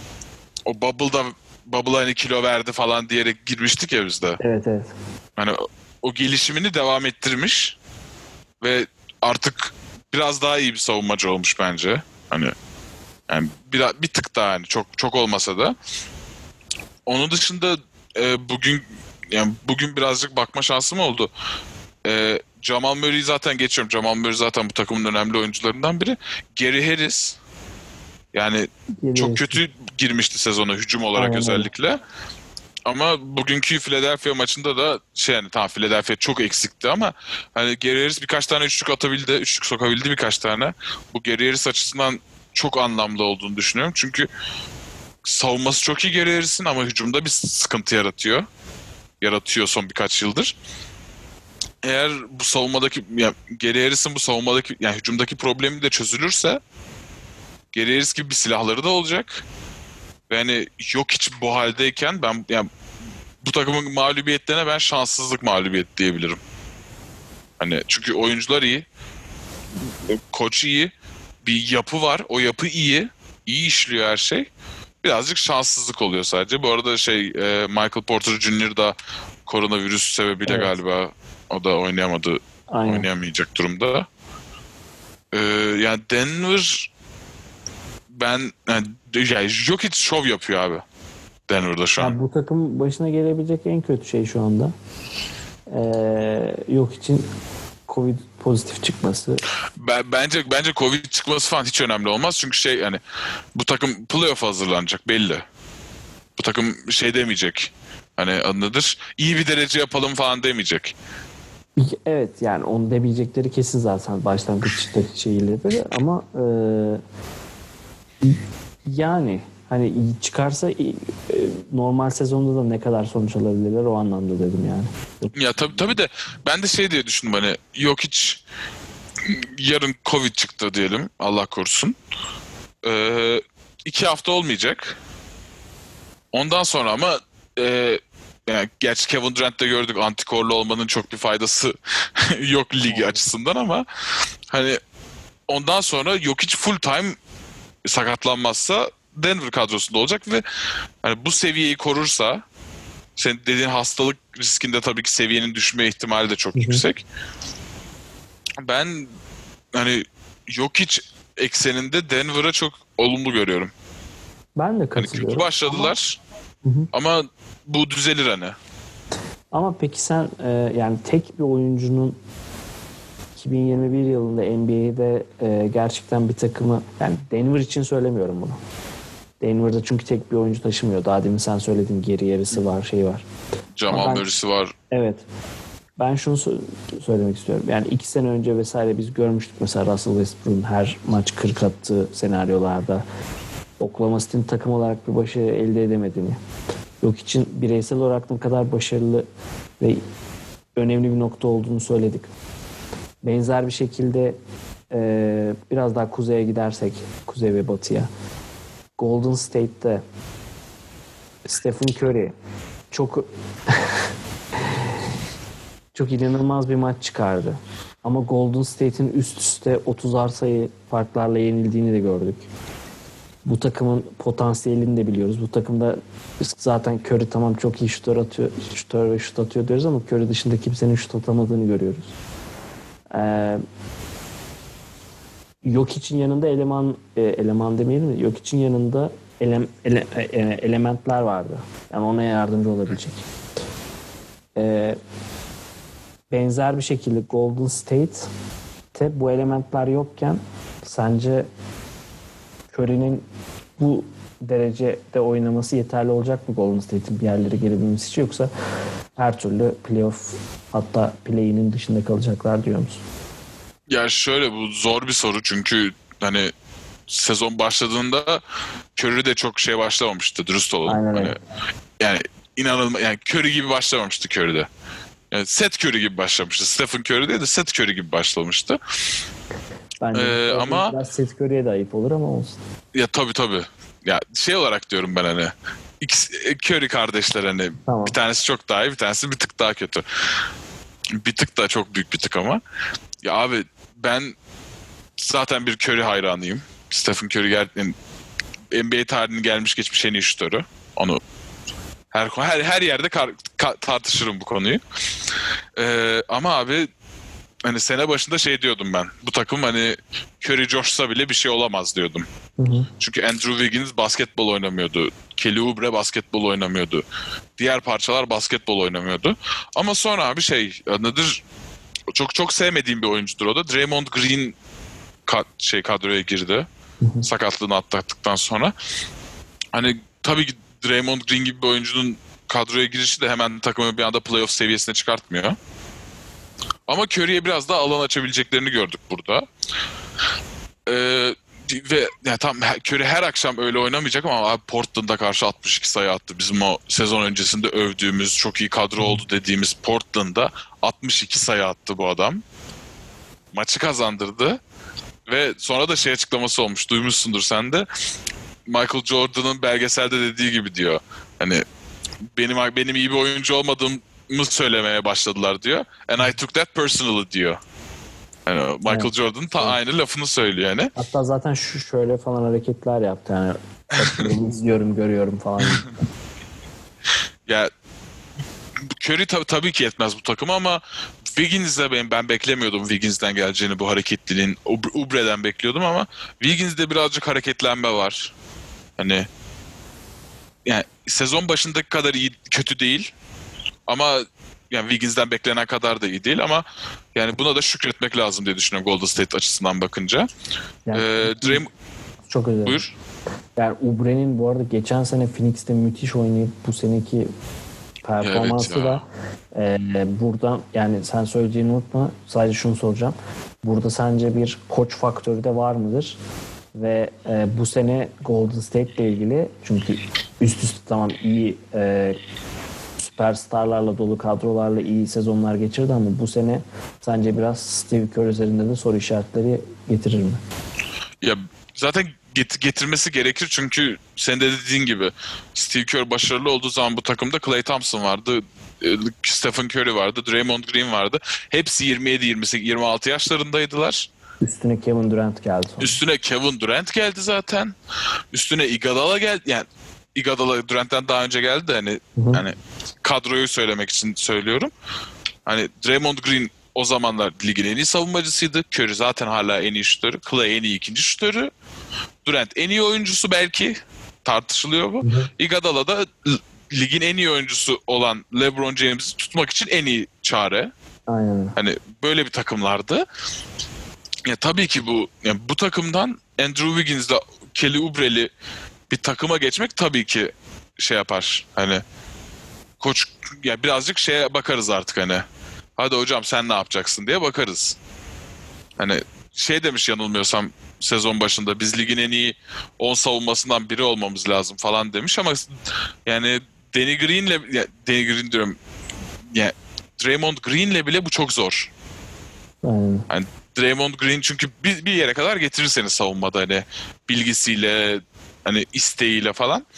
o Bubble'da Bubble'a hani kilo verdi falan diyerek girmiştik ya biz de. Evet evet. Hani o, o gelişimini devam ettirmiş ve artık biraz daha iyi bir savunmacı olmuş bence. Hani yani bir, bir tık daha, hani çok çok olmasa da. Onun dışında e, bugün yani bugün birazcık bakma şansım oldu. Ee, Jamal Murray'i zaten geçiyorum. Jamal Murray zaten bu takımın önemli oyuncularından biri. Gary Harris yani çok Geri- kötü girmişti sezona hücum olarak Aynen öyle. özellikle. Ama bugünkü Philadelphia maçında da şey yani tamam Philadelphia çok eksikti ama hani Gary Harris birkaç tane üçlük atabildi. Üçlük sokabildi birkaç tane. Bu Gary Harris açısından çok anlamlı olduğunu düşünüyorum. Çünkü savunması çok iyi Gary Harris'in ama hücumda bir sıkıntı yaratıyor. Yaratıyor son birkaç yıldır. Eğer bu savunmadaki yani Gary Harris'in bu savunmadaki yani hücumdaki problemi de çözülürse Gary Harris gibi bir silahları da olacak. Ve hani yok hiç bu haldeyken ben yani bu takımın mağlubiyetlerine ben şanssızlık mağlubiyet diyebilirim. Hani çünkü oyuncular iyi, koç iyi, bir yapı var. O yapı iyi, iyi işliyor her şey. Birazcık şanssızlık oluyor sadece. Bu arada şey e, Michael Porter Junior da koronavirüs sebebiyle Evet. galiba o da oynayamadı, Aynen. oynayamayacak durumda. Ee, yani Denver ben yani, yani Jokic şov yapıyor abi. Denver'da şu an. Ya bu takım başına gelebilecek en kötü şey şu anda. Ee, yok için Covid pozitif çıkması. Ben, bence bence Covid çıkması falan hiç önemli olmaz. Çünkü şey yani bu takım playoff'a hazırlanacak belli. Bu takım şey demeyecek. Hani adı nedir? İyi bir derece yapalım falan demeyecek. Evet yani onu demeyecekleri kesin zaten başlangıçta şeyleri ama e, yani hani iyi çıkarsa iyi, e, normal sezonda da ne kadar sonuç alabilirler o anlamda dedim yani. Ya tabii tabii de ben de şey diye düşündüm hani yok hiç yarın Covid çıktı diyelim Allah korusun. Ee, iki hafta olmayacak. Ondan sonra ama e, yani gerçi Kevin Durant'te gördük antikorlu olmanın çok bir faydası yok ligi açısından ama hani ondan sonra yok hiç full time sakatlanmazsa Denver kadrosunda olacak ve hani bu seviyeyi korursa senin dediğin hastalık riskinde tabii ki seviyenin düşme ihtimali de çok Hı hı. yüksek. Ben hani yok hiç ekseninde Denver'a çok olumlu görüyorum. Ben de Hani kötü katılıyorum. başladılar Hı hı. ama bu düzelir hani. Ama peki sen e, yani tek bir oyuncunun iki bin yirmi bir yılında N B A'de e, gerçekten bir takımı yani Denver için söylemiyorum bunu. Denver'da çünkü tek bir oyuncu taşımıyor. Daha demin sen söyledin geri yarısı var, şey var. Jamal Ama ben- Murray'si var. Evet. Ben şunu sö- söylemek istiyorum. Yani iki sene önce vesaire biz görmüştük mesela Russell Westbrook'un her maç kırk attığı senaryolarda Oklahoma City'nin takım olarak bir başarı elde edemediğini. Yok için bireysel olarak ne kadar başarılı ve önemli bir nokta olduğunu söyledik. Benzer bir şekilde e, biraz daha kuzeye gidersek, kuzey ve batıya. Golden State'te Stephen Curry çok çok inanılmaz bir maç çıkardı. Ama Golden State'in üst üste otuzar sayı farklarla yenildiğini de gördük. Bu takımın potansiyelini de biliyoruz. Bu takımda zaten Curry tamam çok iyi şutör atıyor, şutör ve şut atıyor diyoruz ama Curry dışında kimsenin şut atamadığını görüyoruz. Ee, yok için yanında eleman e, eleman demeyelim mi? Yok için yanında ele, ele, e, elementler vardı. Yani ona yardımcı olabilecek. Ee, benzer bir şekilde Golden State'te bu elementler yokken sence Curry'nin bu derecede oynaması yeterli olacak mı Golden State'in bir yerlere gelebilmesi için yoksa her türlü playoff hatta play-in'in dışında kalacaklar diyor musun? Ya şöyle bu zor bir soru çünkü hani sezon başladığında Curry de çok şey başlamamıştı dürüst olalım. Aynen Hani, öyle. yani inanılmaz yani Curry gibi başlamamıştı Curry'de. Yani Seth Curry gibi başlamıştı. Stephen Curry değil de Seth Curry gibi başlamıştı. Bence Ee, ama biraz Seth Curry'e de ayıp olur ama olsun. ya tabii tabii. Ya şey olarak diyorum ben hani ikisi, Curry kardeşler hani Tamam. bir tanesi çok daha iyi bir tanesi bir tık daha kötü. Bir tık da çok büyük bir tık ama. Ya abi ben zaten bir Curry hayranıyım. Stephen Curry ger- N B A tarihinin gelmiş geçmiş en iyi şutörü. Onu her her her yerde kar- ka- tartışırım bu konuyu. Ee, ama abi hani sene başında şey diyordum ben. Bu takım hani Curry coşsa bile bir şey olamaz diyordum. Hı hı. Çünkü Andrew Wiggins basketbol oynamıyordu. Kelly Oubre basketbol oynamıyordu. diğer parçalar basketbol oynamıyordu. Ama sonra abi şey nedir? Çok çok sevmediğim bir oyuncudur o da. Draymond Green kad- şey kadroya girdi. Sakatlığını atlattıktan sonra. Hani tabii ki Draymond Green gibi bir oyuncunun kadroya girişi de hemen takımı bir anda playoff seviyesine çıkartmıyor. Ama Curry'e biraz daha alan açabileceklerini gördük burada. Ee, ve yani tam Curry her akşam öyle oynamayacak ama abi Portland'a karşı altmış iki sayı attı. Bizim o sezon öncesinde övdüğümüz, çok iyi kadro oldu dediğimiz Portland'da altmış iki sayı attı bu adam. Maçı kazandırdı. Ve sonra da şey açıklaması olmuş. Duymuşsundur sen de. Michael Jordan'ın belgeselde dediği gibi diyor. Hani benim benim iyi bir oyuncu olmadığımı söylemeye başladılar diyor. And I took that personally diyor. Yani Michael Evet. Jordan ta Evet. aynı lafını söylüyor yani. Hatta zaten şu şöyle falan hareketler yaptı yani. Bakıyorum, izliyorum, görüyorum falan. Ya Curry tabii, tabii ki yetmez bu takıma ama Wiggins'de ben, ben beklemiyordum Wiggins'den geleceğini, bu hareketliliğin. Ubre'den bekliyordum ama Wiggins'de birazcık hareketlenme var. Hani yani sezon başındaki kadar iyi kötü değil ama yani Wiggins'den beklenen kadar da iyi değil ama yani buna da şükretmek lazım diye düşünüyorum Golden State açısından bakınca. Yani, Ee, Dream çok özür dilerim. buyur. Yani Ubre'nin bu arada geçen sene Phoenix'te müthiş oynayıp bu seneki performansı Evet ya. da e, buradan, yani sen söyleyeceğini unutma, sadece şunu soracağım. Burada sence bir koç faktörü de var mıdır? Ve e, bu sene Golden State ile ilgili, çünkü üst üste tamam iyi e, süperstarlarla dolu kadrolarla iyi sezonlar geçirdi ama bu sene sence biraz Steve Kerr üzerinde de soru işaretleri getirir mi? Ya zaten get- getirmesi gerekir çünkü sen de dediğin gibi Steve Kerr başarılı olduğu zaman bu takımda Klay Thompson vardı, e, Stephen Curry vardı, Draymond Green vardı. Hepsi yirmi yedi yirmi sekiz yirmi altı yaşlarındaydılar. Üstüne Kevin Durant geldi sonra. Üstüne Kevin Durant geldi zaten. Üstüne Iguodala geldi. Yani Iguodala Durant'ten daha önce geldi de hani Hı hı. hani kadroyu söylemek için söylüyorum. Hani Draymond Green o zamanlar ligin en iyi savunmacısıydı. Curry zaten hala en iyi şutörü. Clay en iyi ikinci şutörü. Durant en iyi oyuncusu belki. Tartışılıyor bu. Iguodala da l- ligin en iyi oyuncusu olan LeBron James'i tutmak için en iyi çare. Aynen öyle. Hani böyle bir takımlardı. Ya tabii ki bu yani bu takımdan Andrew Wiggins'le Kelly Oubre'li bir takıma geçmek tabii ki şey yapar. Hani koç ya birazcık şeye bakarız artık hani. Hadi hocam sen ne yapacaksın diye bakarız. Hani şey demiş yanılmıyorsam sezon başında biz ligin en iyi on savunmasından biri olmamız lazım falan demiş ama yani Danny Green'le ya Danny Green diyorum ya Draymond Green'le bile bu çok zor. Aynen. Hani Draymond Green çünkü bir, bir yere kadar getirir seni savunmada hani bilgisiyle hani isteğiyle falan.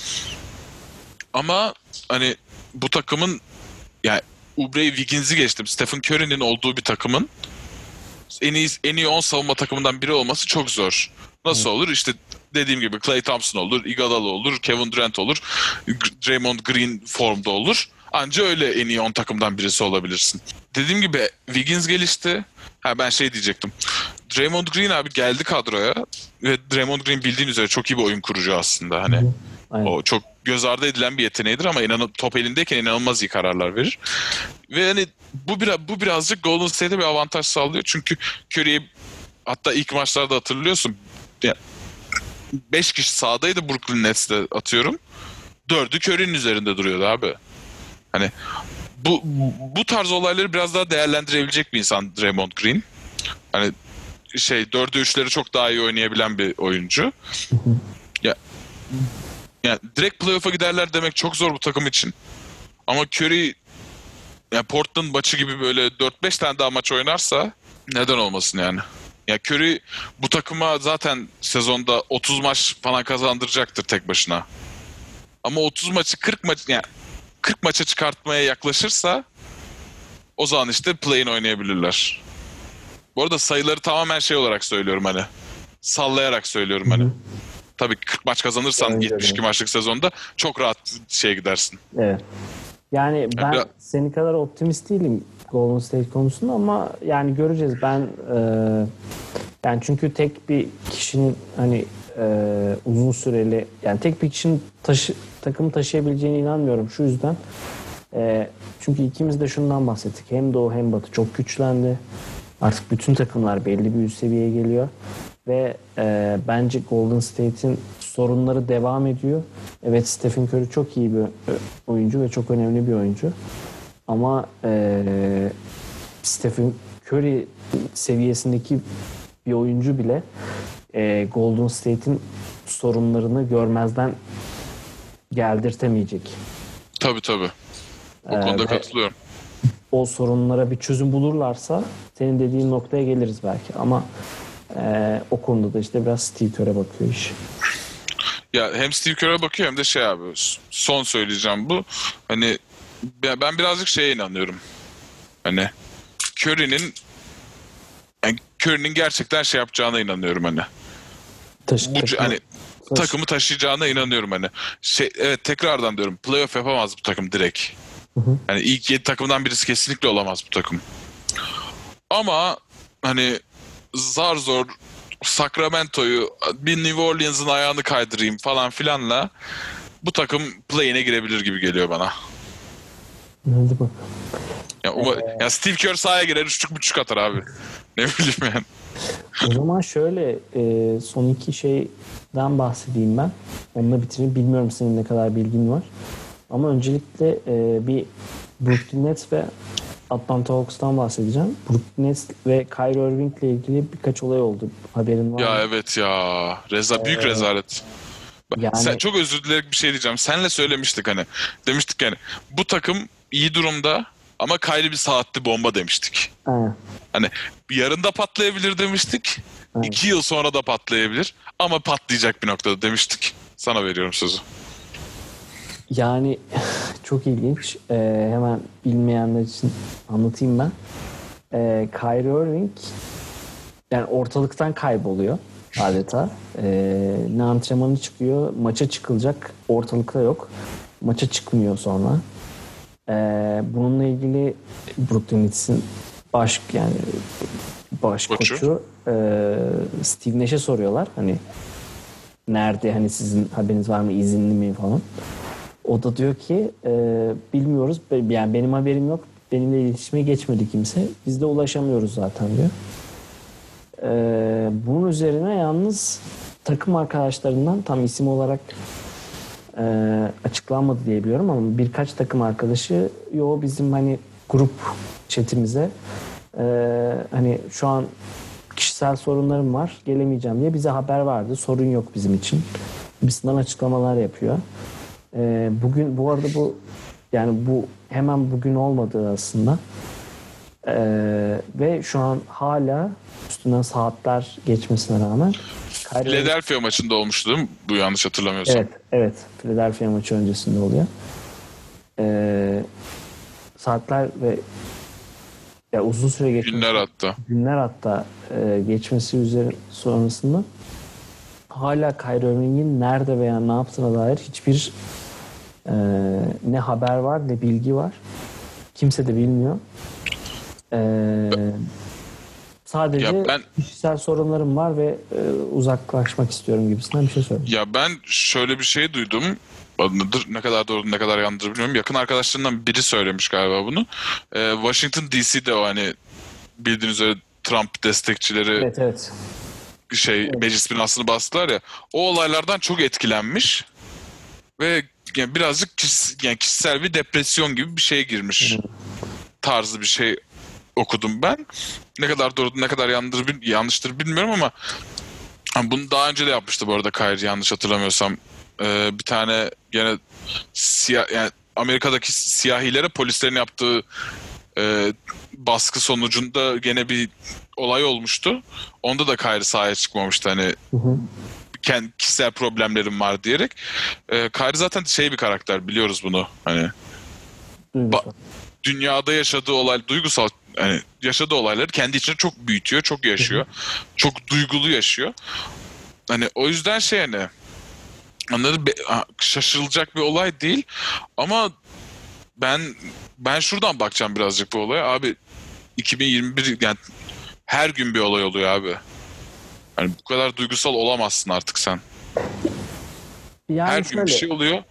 Ama hani bu takımın yani Oubre Wiggins'i geçtim. Stephen Curry'nin olduğu bir takımın en iyi en iyi on savunma takımından biri olması çok zor. Nasıl olur? İşte dediğim gibi Klay Thompson olur, Iguodala olur, Kevin Durant olur, Draymond Green formda olur. Anca öyle en iyi on takımdan birisi olabilirsin. Dediğim gibi Wiggins gelişti. Ha ben şey diyecektim. Draymond Green abi geldi kadroya ve Draymond Green bildiğin üzere çok iyi bir oyun kurucu aslında. Hani Aynen. o çok göz ardı edilen bir yeteneğidir ama inan top elindeyken inanılmaz iyi kararlar verir. Ve hani bu biraz bu birazcık Golden State'e bir avantaj sağlıyor. Çünkü Curry'yi hatta ilk maçlarda hatırlıyorsun. Yani beş kişi sahadaydı Brooklyn Nets'te atıyorum. dördü Curry'nin üzerinde duruyordu abi. Hani bu bu tarz olayları biraz daha değerlendirebilecek bir insan Draymond Green. Hani şey dördü üçleri çok daha iyi oynayabilen bir oyuncu. Ya yani direkt playoff'a giderler demek çok zor bu takım için. Ama Curry yani Portland maçı gibi böyle dört beş tane daha maç oynarsa neden olmasın yani. Ya Curry bu takıma zaten sezonda otuz maç falan kazandıracaktır tek başına. Ama otuz maçı kırk maç yani kırk maça çıkartmaya yaklaşırsa o zaman işte play-in oynayabilirler. Bu arada sayıları tamamen şey olarak söylüyorum hani. Sallayarak söylüyorum hani. Tabii kırk maç kazanırsan Öyle yetmiş iki öyle. maçlık sezonda çok rahat şey gidersin. Evet. Yani ben biraz- senin kadar optimist değilim Golden State konusunda ama yani göreceğiz. Ben e, yani çünkü tek bir kişinin hani e, uzun süreli, yani tek bir kişinin taşı takımı taşıyabileceğine inanmıyorum. Şu yüzden e, çünkü ikimiz de şundan bahsettik. Hem Doğu hem Batı çok güçlendi. Artık bütün takımlar belli bir üst seviyeye geliyor. Ve e, bence Golden State'in sorunları devam ediyor. Evet, Stephen Curry çok iyi bir oyuncu ve çok önemli bir oyuncu. Ama e, Stephen Curry seviyesindeki bir oyuncu bile e, Golden State'in sorunlarını görmezden geldirtemeyecek. Tabii tabii. O Ee, konuda ve katılıyorum. o sorunlara bir çözüm bulurlarsa senin dediğin noktaya geliriz belki. Ama e, o konuda da işte biraz Steve Kerr'e bakıyor iş. Ya hem Steve Kerr'e bakıyor hem de şey abi, son söyleyeceğim bu. Hani ben ben birazcık şeye inanıyorum. Hani Curry'nin yani Curry'nin gerçekten şey yapacağına inanıyorum hani. Taşı, Bu takımı, hani taşı. takımı taşıyacağına inanıyorum hani. Şey, evet, tekrardan diyorum, playoff yapamaz bu takım direkt. Hı hı. Yani ilk yedi takımdan birisi kesinlikle olamaz bu takım. Ama hani zar zor Sacramento'yu, bir New Orleans'ın ayağını kaydırayım falan filanla bu takım play-in'e girebilir gibi geliyor bana. Hadi bakalım. Ya, uma- ya Steve Kerr sahaya girer, üçlük buçuk atar abi. Ne bileyim yani. O zaman şöyle e, son iki şeyden bahsedeyim ben. Onunla bitireyim. Bilmiyorum senin ne kadar bilgin var. Ama öncelikle e, bir Brooklyn Nets ve Atlanta Hawks'tan bahsedeceğim. Brooklyn Nets ve Kyrie Irving ile ilgili birkaç olay oldu. Haberin var Ya mı? evet ya. Reza, büyük rezalet. Bak, sen, Yani çok özür dileyerek bir şey diyeceğim. Senle söylemiştik hani. Demiştik yani bu takım iyi durumda ama Kyrie bir saatli bomba demiştik. aynen, Hani yarın da patlayabilir demiştik. aynen. İki yıl sonra da patlayabilir. Ama patlayacak bir noktada demiştik. Sana veriyorum sözü. Yani çok ilginç. Ee, hemen bilmeyenler için anlatayım ben. Ee, Kyrie Irving yani ortalıktan kayboluyor adeta. Ee, ne antrenmanı çıkıyor, maça çıkılacak, ortalıkta yok. Maça çıkmıyor sonra. Ee, bununla ilgili Brooklyn Nets'in baş yani baş Koçu. koçu e, Steve Nash'e soruyorlar. Hani nerede, hani sizin haberiniz var mı, izinli mi falan. O da diyor ki e, bilmiyoruz. Be- Yani benim haberim yok. Benimle iletişime geçmedi kimse. Biz de ulaşamıyoruz zaten diyor. E, bunun üzerine yalnız takım arkadaşlarından tam isim olarak e, açıklanmadı diye biliyorum ama birkaç takım arkadaşı yo bizim hani grup chatimize e, hani şu an kişisel sorunlarım var gelemeyeceğim diye bize haber verdi. Sorun yok bizim için. Gibisinden açıklamalar yapıyor. Ee, bugün bu arada bu yani bu hemen bugün olmadığı aslında. Ee, ve şu an hala üstünden saatler geçmesine rağmen Kyrie Irving- Philadelphia maçında olmuştu değil mi? Bu, yanlış hatırlamıyorsam. evet evet Philadelphia maçı öncesinde oluyor. Ee, saatler ve ya uzun süre geçmesi, Günler hatta. günler hatta e, geçmesi üzeri sonrasında hala Kyrie Irving'in nerede veya ne yaptığına dair hiçbir e, ne haber var ne bilgi var. Kimse de bilmiyor. E, sadece Ya ben kişisel sorunlarım var ve e, uzaklaşmak istiyorum gibisinden bir şey söylüyor. ya ben şöyle bir şey duydum. Ne kadar doğru ne kadar yanlıdır bilmiyorum. Yakın arkadaşlarından biri söylemiş galiba bunu. Ee, Washington D C'de o hani bildiğiniz üzere Trump destekçileri Evet evet. şey meclis binasını bastılar ya. O olaylardan çok etkilenmiş ve yani birazcık kişis- yani kişisel bir depresyon gibi bir şeye girmiş tarzı bir şey okudum ben. Ne kadar doğru ne kadar yandır, bil- yanlıştır bilmiyorum ama ha, bunu daha önce de yapmıştı bu arada Kyrie, yanlış hatırlamıyorsam. Ee, bir tane gene siyah yani Amerika'daki siyahilere polislerin yaptığı e, baskı sonucunda gene bir olay olmuştu. Onda da Kyrie sahaya çıkmamıştı hani Hı hı. kendi kişisel problemlerim var diyerek. Ee, Kyrie zaten şey bir karakter, biliyoruz bunu. Hani Duygusal. dünyada yaşadığı olay, duygusal hani yaşadığı olayları kendi içinde çok büyütüyor, çok yaşıyor. Çok duygulu yaşıyor. Hani o yüzden şey hani anladın, be- ha, şaşırılacak bir olay değil ama ben ben şuradan bakacağım birazcık bu olaya. Abi iki bin yirmi bir yani her gün bir olay oluyor abi. Hani bu kadar duygusal olamazsın artık sen. Yani Her gün bir şöyle şey oluyor.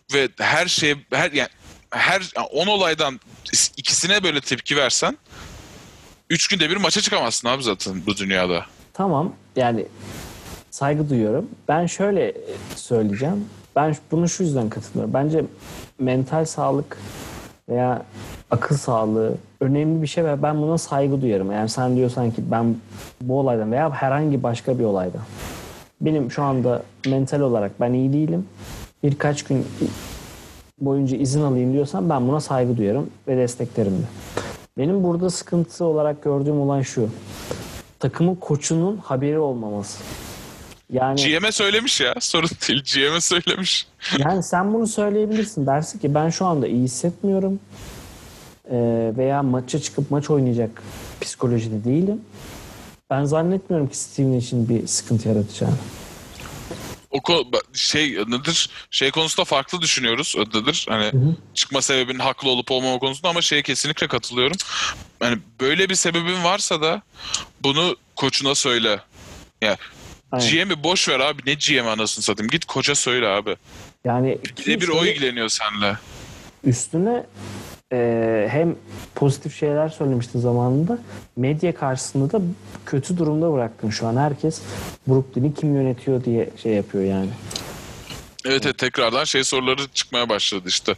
ve her şey her yani her on olaydan ikisine böyle tepki versen üç günde bir maça çıkamazsın abi zaten bu dünyada. Tamam yani saygı duyuyorum. Ben şöyle söyleyeceğim. Ben bunu şu yüzden katılıyorum. Bence mental sağlık veya akıl sağlığı önemli bir şey ve ben buna saygı duyarım. Yani sen diyorsan ki ben bu olaydan veya herhangi başka bir olaydan benim şu anda mental olarak ben iyi değilim. Birkaç gün boyunca izin alayım diyorsan ben buna saygı duyarım ve desteklerim de. Benim burada sıkıntı olarak gördüğüm olay şu. Takımın koçunun haberi olmaması. Yani G M'e söylemiş ya. Sorun değil. G M'e söylemiş. yani sen bunu söyleyebilirsin. Dersin ki ben şu anda iyi hissetmiyorum. Ee, veya maça çıkıp maç oynayacak psikolojide değilim. Ben zannetmiyorum ki Steven için bir sıkıntı yaratacağını. O ko- şey nedir? Şey konusunda farklı düşünüyoruz. Nedir? Hani Hı hı. çıkma sebebinin haklı olup olmama konusunda ama şeye kesinlikle katılıyorum. Yani böyle bir sebebin varsa da bunu koçuna söyle. Yani Aynen. G M'i boş ver abi. Ne G M anasını satayım. Git koça söyle abi. Yani Bir bir o ilgileniyor seninle. üstüne e, hem pozitif şeyler söylemiştin zamanında, medya karşısında da kötü durumda bıraktın şu an. Herkes Brooklyn'i kim yönetiyor diye şey yapıyor yani. Evet, evet tekrardan şey soruları çıkmaya başladı işte.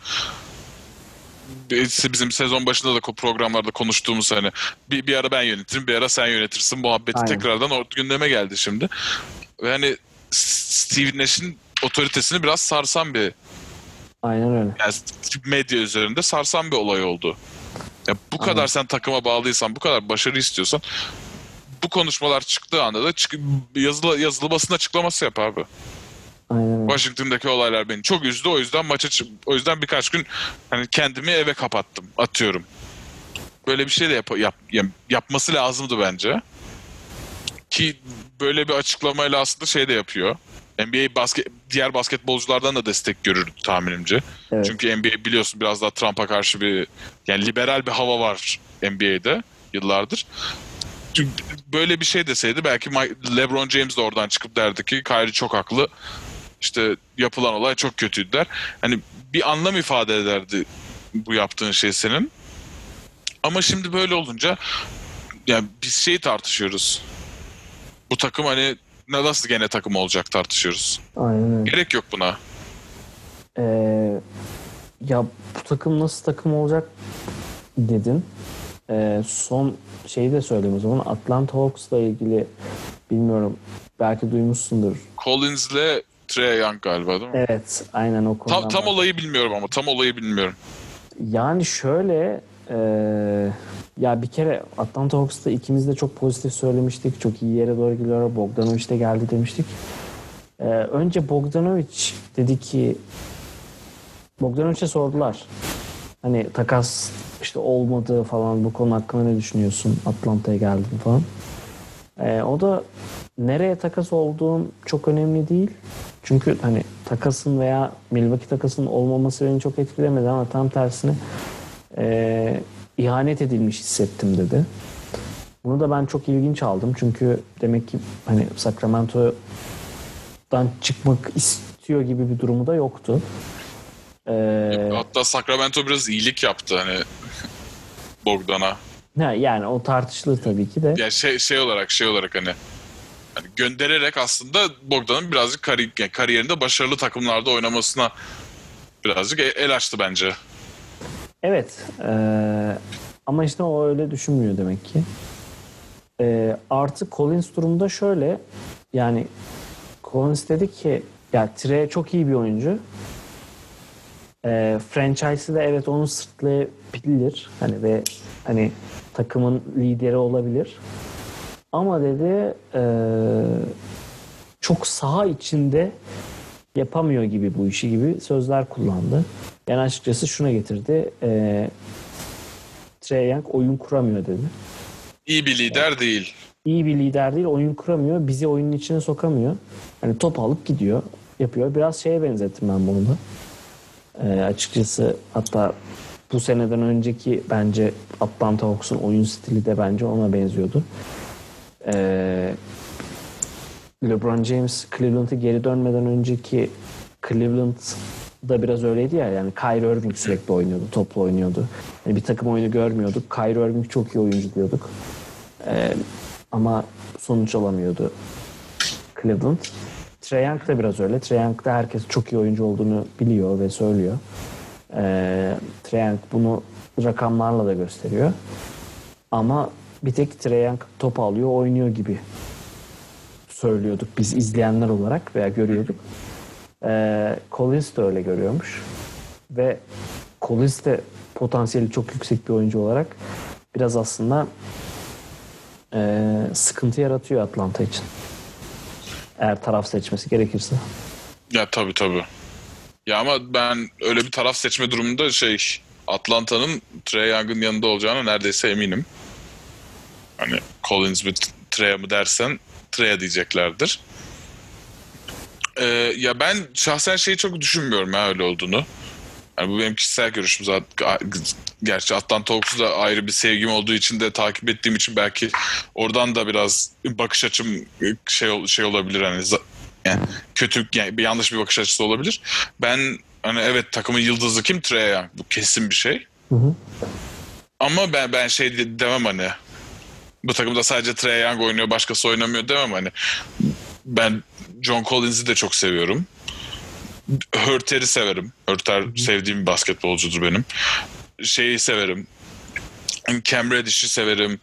Bizim sezon başında da programlarda konuştuğumuz hani bir, bir ara ben yönetirim, bir ara sen yönetirsin muhabbeti Aynen. tekrardan orta gündeme geldi şimdi. Ve hani Steve Nash'in otoritesini biraz sarsan bir, Aynen öyle. yani medya üzerinde sarsan bir olay oldu. Ya bu Aynen. kadar sen takıma bağlıysan, bu kadar başarı istiyorsan bu konuşmalar çıktığı anda da çık, yazılı, yazılı basın açıklaması yap abi. Aynen öyle. Washington'daki olaylar beni çok üzdü. O yüzden maça çı- o yüzden birkaç gün hani kendimi eve kapattım. Atıyorum. Böyle bir şey de yap, yap, yap- yapması lazımdı bence. Ki böyle bir açıklamayla aslında şey de yapıyor. N B A basket, diğer basketbolculardan da destek görür tahminimce. Evet. Çünkü N B A biliyorsun biraz daha Trump'a karşı bir, yani liberal bir hava var N B A'de yıllardır. Çünkü böyle bir şey deseydi belki LeBron James de oradan çıkıp derdi ki Kyrie çok haklı. İşte yapılan olay çok kötüydü der. Hani bir anlam ifade ederdi bu yaptığın şey senin. Ama şimdi böyle olunca yani biz şeyi tartışıyoruz. Bu takım hani nasıl gene takım olacak tartışıyoruz. Aynen öyle. Gerek yok buna. Ee, ya bu takım nasıl takım olacak dedin. Ee, son şeyi de söyleyeyim o zaman. Atlanta Hawks'la ilgili bilmiyorum. Belki duymuşsundur. Collins'le Trae Young galiba değil mi? Evet. Aynen o konudan. Tam, tam olayı bilmiyorum ama tam olayı bilmiyorum. Yani şöyle e, ya bir kere Atlanta Hawks'ta ikimiz de çok pozitif söylemiştik. Çok iyi yere doğru gidiyor. Bogdanovic de geldi demiştik. E, önce Bogdanovic dedi ki Bogdanovic'e sordular. Hani takas işte olmadı falan, bu konu hakkında ne düşünüyorsun? Atlanta'ya geldin falan. E, o da nereye takas olduğun çok önemli değil. Çünkü hani takasın veya Milwaukee takasının olmaması beni çok etkilemedi ama tam tersine e, ihanet edilmiş hissettim dedi. Bunu da ben çok ilginç aldım. Çünkü demek ki hani Sacramento'dan çıkmak istiyor gibi bir durumu da yoktu. E, Hatta Sacramento biraz iyilik yaptı hani Bogdan'a. ha, yani o tartışılır tabii ki de. Yani şey, şey olarak şey olarak hani, hani göndererek aslında Bogdan'ın birazcık kari, yani kariyerinde başarılı takımlarda oynamasına birazcık el açtı bence. Evet. E, ama işte o öyle düşünmüyor demek ki. E, artı Collins durumda şöyle, yani Collins dedi ki ya Trae çok iyi bir oyuncu. E, franchise'ı da evet onu sırtlayabilir. Hani ve hani takımın lideri olabilir. Ama dedi e, çok saha içinde yapamıyor gibi bu işi gibi sözler kullandı. Yani açıkçası şuna getirdi. E, Trae Young oyun kuramıyor dedi. İyi bir lider değil. İyi bir lider değil, oyun kuramıyor. Bizi oyunun içine sokamıyor. Hani top alıp gidiyor, yapıyor. Biraz şeye benzettim ben bunu da. Ee, açıkçası hatta bu seneden önceki bence Atlanta Hawks'un oyun stili de bence ona benziyordu. Ee, LeBron James Cleveland'a geri dönmeden önceki Cleveland da biraz öyleydi ya. Yani Kyrie Irving sürekli oynuyordu. Topla oynuyordu. Yani bir takım oyunu görmüyorduk. Kyrie Irving çok iyi oyuncu diyorduk. Ee, ama sonuç alamıyordu Cleveland. Trae Young da biraz öyle. Trae Young da herkes çok iyi oyuncu olduğunu biliyor ve söylüyor. Ee, Trae Young bunu rakamlarla da gösteriyor. Ama bir tek Trae Young top alıyor, oynuyor gibi söylüyorduk biz izleyenler olarak veya görüyorduk. Ee, Collins de öyle görüyormuş. Ve Collins de potansiyeli çok yüksek bir oyuncu olarak biraz aslında e, sıkıntı yaratıyor Atlanta için. Eğer taraf seçmesi gerekirse. Ya tabii tabii. Ya ama ben öyle bir taraf seçme durumunda şey Atlanta'nın Trae Young'ın yanında olacağına neredeyse eminim. Hani Collins mi Trae mi dersen Trae diyeceklerdir. Ee, ya ben şahsen şeyi çok düşünmüyorum ya öyle olduğunu. Yani bu benim kişisel görüşüm zaten. Gerçi Atlanta Hawks'u da ayrı bir sevgim olduğu için de takip ettiğim için belki oradan da biraz bakış açım şey şey olabilir hani yani kötü yani bir yanlış bir bakış açısı olabilir. Ben hani evet takımın yıldızı kim? Trae Young. Bu kesin bir şey. Hı hı. Ama ben ben şey demem hani bu takımda sadece Trae Young oynuyor başkası oynamıyor demem hani. Ben John Collins'i de çok seviyorum. Hurter'i severim. Hurter sevdiğim bir basketbolcudur benim. Şeyi severim. Cam Reddish'i severim.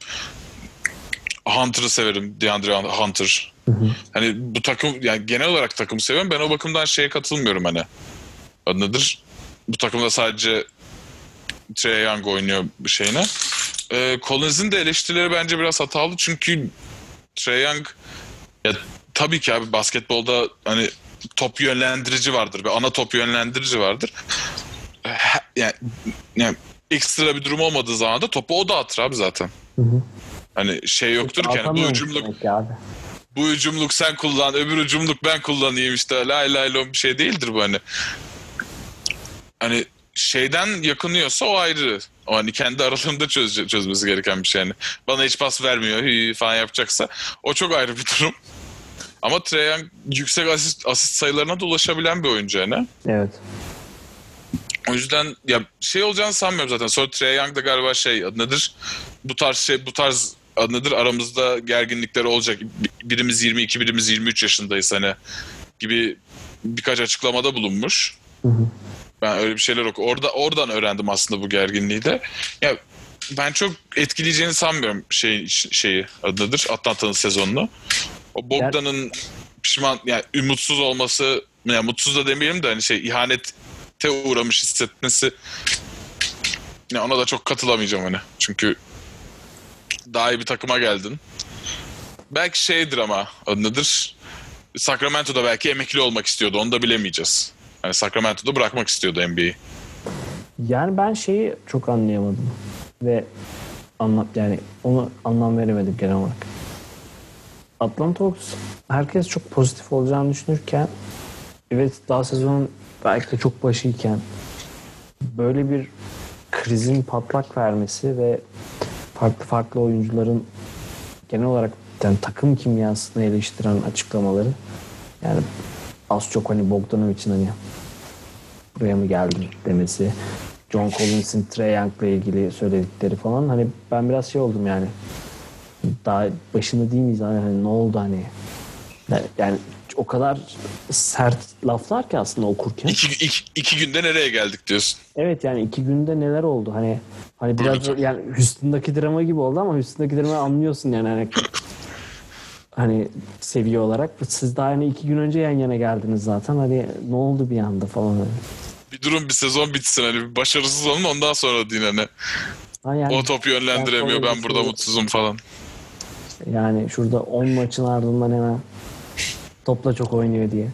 Hunter'ı severim. DeAndre Hunter. Hı hı. Hani bu takım yani genel olarak takımı seviyorum. Ben o bakımdan şeye katılmıyorum hani. Adı nedir? Bu takımda sadece Trae Young oynuyor bir şeyine. Ee, Collins'in de eleştirileri bence biraz hatalı çünkü Trae Young ya tabii ki abi basketbolda hani top yönlendirici vardır ve ana top yönlendirici vardır. Yani, yani ekstra bir durum olmadığı zaman da topu o dağıtır abi zaten. Hı hı. Hani şey yoktur ki hani bu hücumluk bu hücumluk sen kullan öbür hücumluk ben kullanayım işte lay lay lom bir şey değildir bu hani. Hani şeyden yakınıyorsa o ayrı. O hani kendi aralarında çöz, çözmesi gereken bir şey yani. Bana hiç pas vermiyor hü, falan yapacaksa o çok ayrı bir durum. Ama Trae Young yüksek asist, asist sayılarına da ulaşabilen bir oyuncu yani. Evet. O yüzden ya şey olacağını sanmıyorum zaten. Sonra Trae Young da galiba şey adı nedir? Bu tarz şey bu tarz adı nedir? Aramızda gerginlikler olacak. Birimiz yirmi iki, birimiz yirmi üç yaşındayız hani gibi birkaç açıklamada bulunmuş. Hı hı. Ben öyle bir şeyler oku. Orada oradan öğrendim aslında bu gerginliği de. Ya ben çok etkileyeceğini sanmıyorum şey şeyi adı nedir? Atlanta'nın sezonunu. O Bogdan'ın pişman yani umutsuz olması yani mutsuz da demeyelim de hani şey ihanete uğramış hissetmesi yani ona da çok katılamayacağım hani. Çünkü daha iyi bir takıma geldin. Belki şeydir ama adı nedir? Sacramento'da belki emekli olmak istiyordu. Onu da bilemeyeceğiz. Yani Sacramento'da bırakmak istiyordu N B A'yi. Yani ben şeyi çok anlayamadım. Ve anlam yani onu anlam veremedim genel olarak. Atlanta Hawks herkes çok pozitif olacağını düşünürken evet daha sezonun belki de çok başıyken böyle bir krizin patlak vermesi ve farklı farklı oyuncuların genel olarak yani takım kimyasını eleştiren açıklamaları yani az çok hani Bogdanovic'in hani buraya mı geldin demesi, John Collins'in Trae Young'la ilgili söyledikleri falan hani ben biraz şey oldum yani daha başında değil miyiz hani, hani ne oldu hani yani o kadar sert laflar ki aslında okurken. İki, iki, iki günde nereye geldik diyorsun. Evet yani iki günde neler oldu hani hani biraz da, yani Houston'daki drama gibi oldu ama Houston'daki dramayı anlıyorsun yani hani hani seviye olarak siz daha hani iki gün önce yan yana geldiniz zaten hani ne oldu bir anda falan hani. Bir durum bir sezon bitsin hani bir başarısız olun ondan sonra din hani. Ha yani, o top yönlendiremiyor ben burada mutsuzum falan. Yani şurada on maçın ardından hemen topla çok oynuyor diye.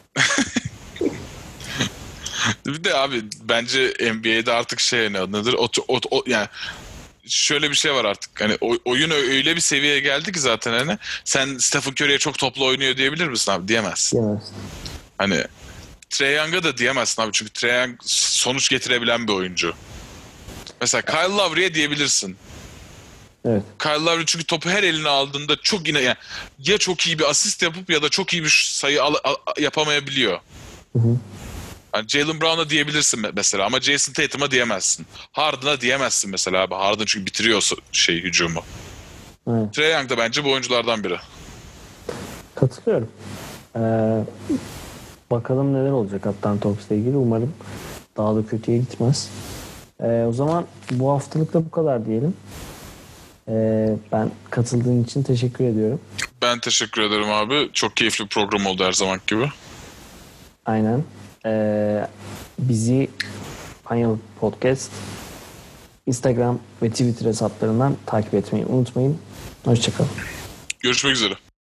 Bir de abi bence N B A'de artık şey ne nedir? O, o, o, yani şöyle bir şey var artık. Hani oyun öyle bir seviyeye geldi ki zaten hani sen Stephen Curry'e çok toplu oynuyor diyebilir misin abi? Diyemezsin. Diyemezsin. Hani Trae Young'a da diyemezsin abi çünkü Trae Young sonuç getirebilen bir oyuncu. Mesela Kyle Lowry'e diyebilirsin. Evet. Kyle Lowry çünkü topu her eline aldığında çok yine yani ya çok iyi bir asist yapıp ya da çok iyi bir sayı al, al, yapamayabiliyor. Hı hı. Hani Jaylen Brown'a diyebilirsin mesela ama Jason Tatum'a diyemezsin. Harden'a diyemezsin mesela abi. Harden çünkü bitiriyor o şey hücumu. Evet. Trae Young da bence bu oyunculardan biri. Katılıyorum. Ee, bakalım neler olacak Atlanta Hawks'la ilgili. Umarım daha da kötüye gitmez. Ee, o zaman bu haftalık da bu kadar diyelim. Ee, ben katıldığın için teşekkür ediyorum. Ben teşekkür ederim abi. Çok keyifli bir program oldu her zaman gibi. Aynen. Ee, bizi Panyalı Podcast Instagram ve Twitter hesaplarından takip etmeyi unutmayın. Hoşçakalın. Görüşmek üzere.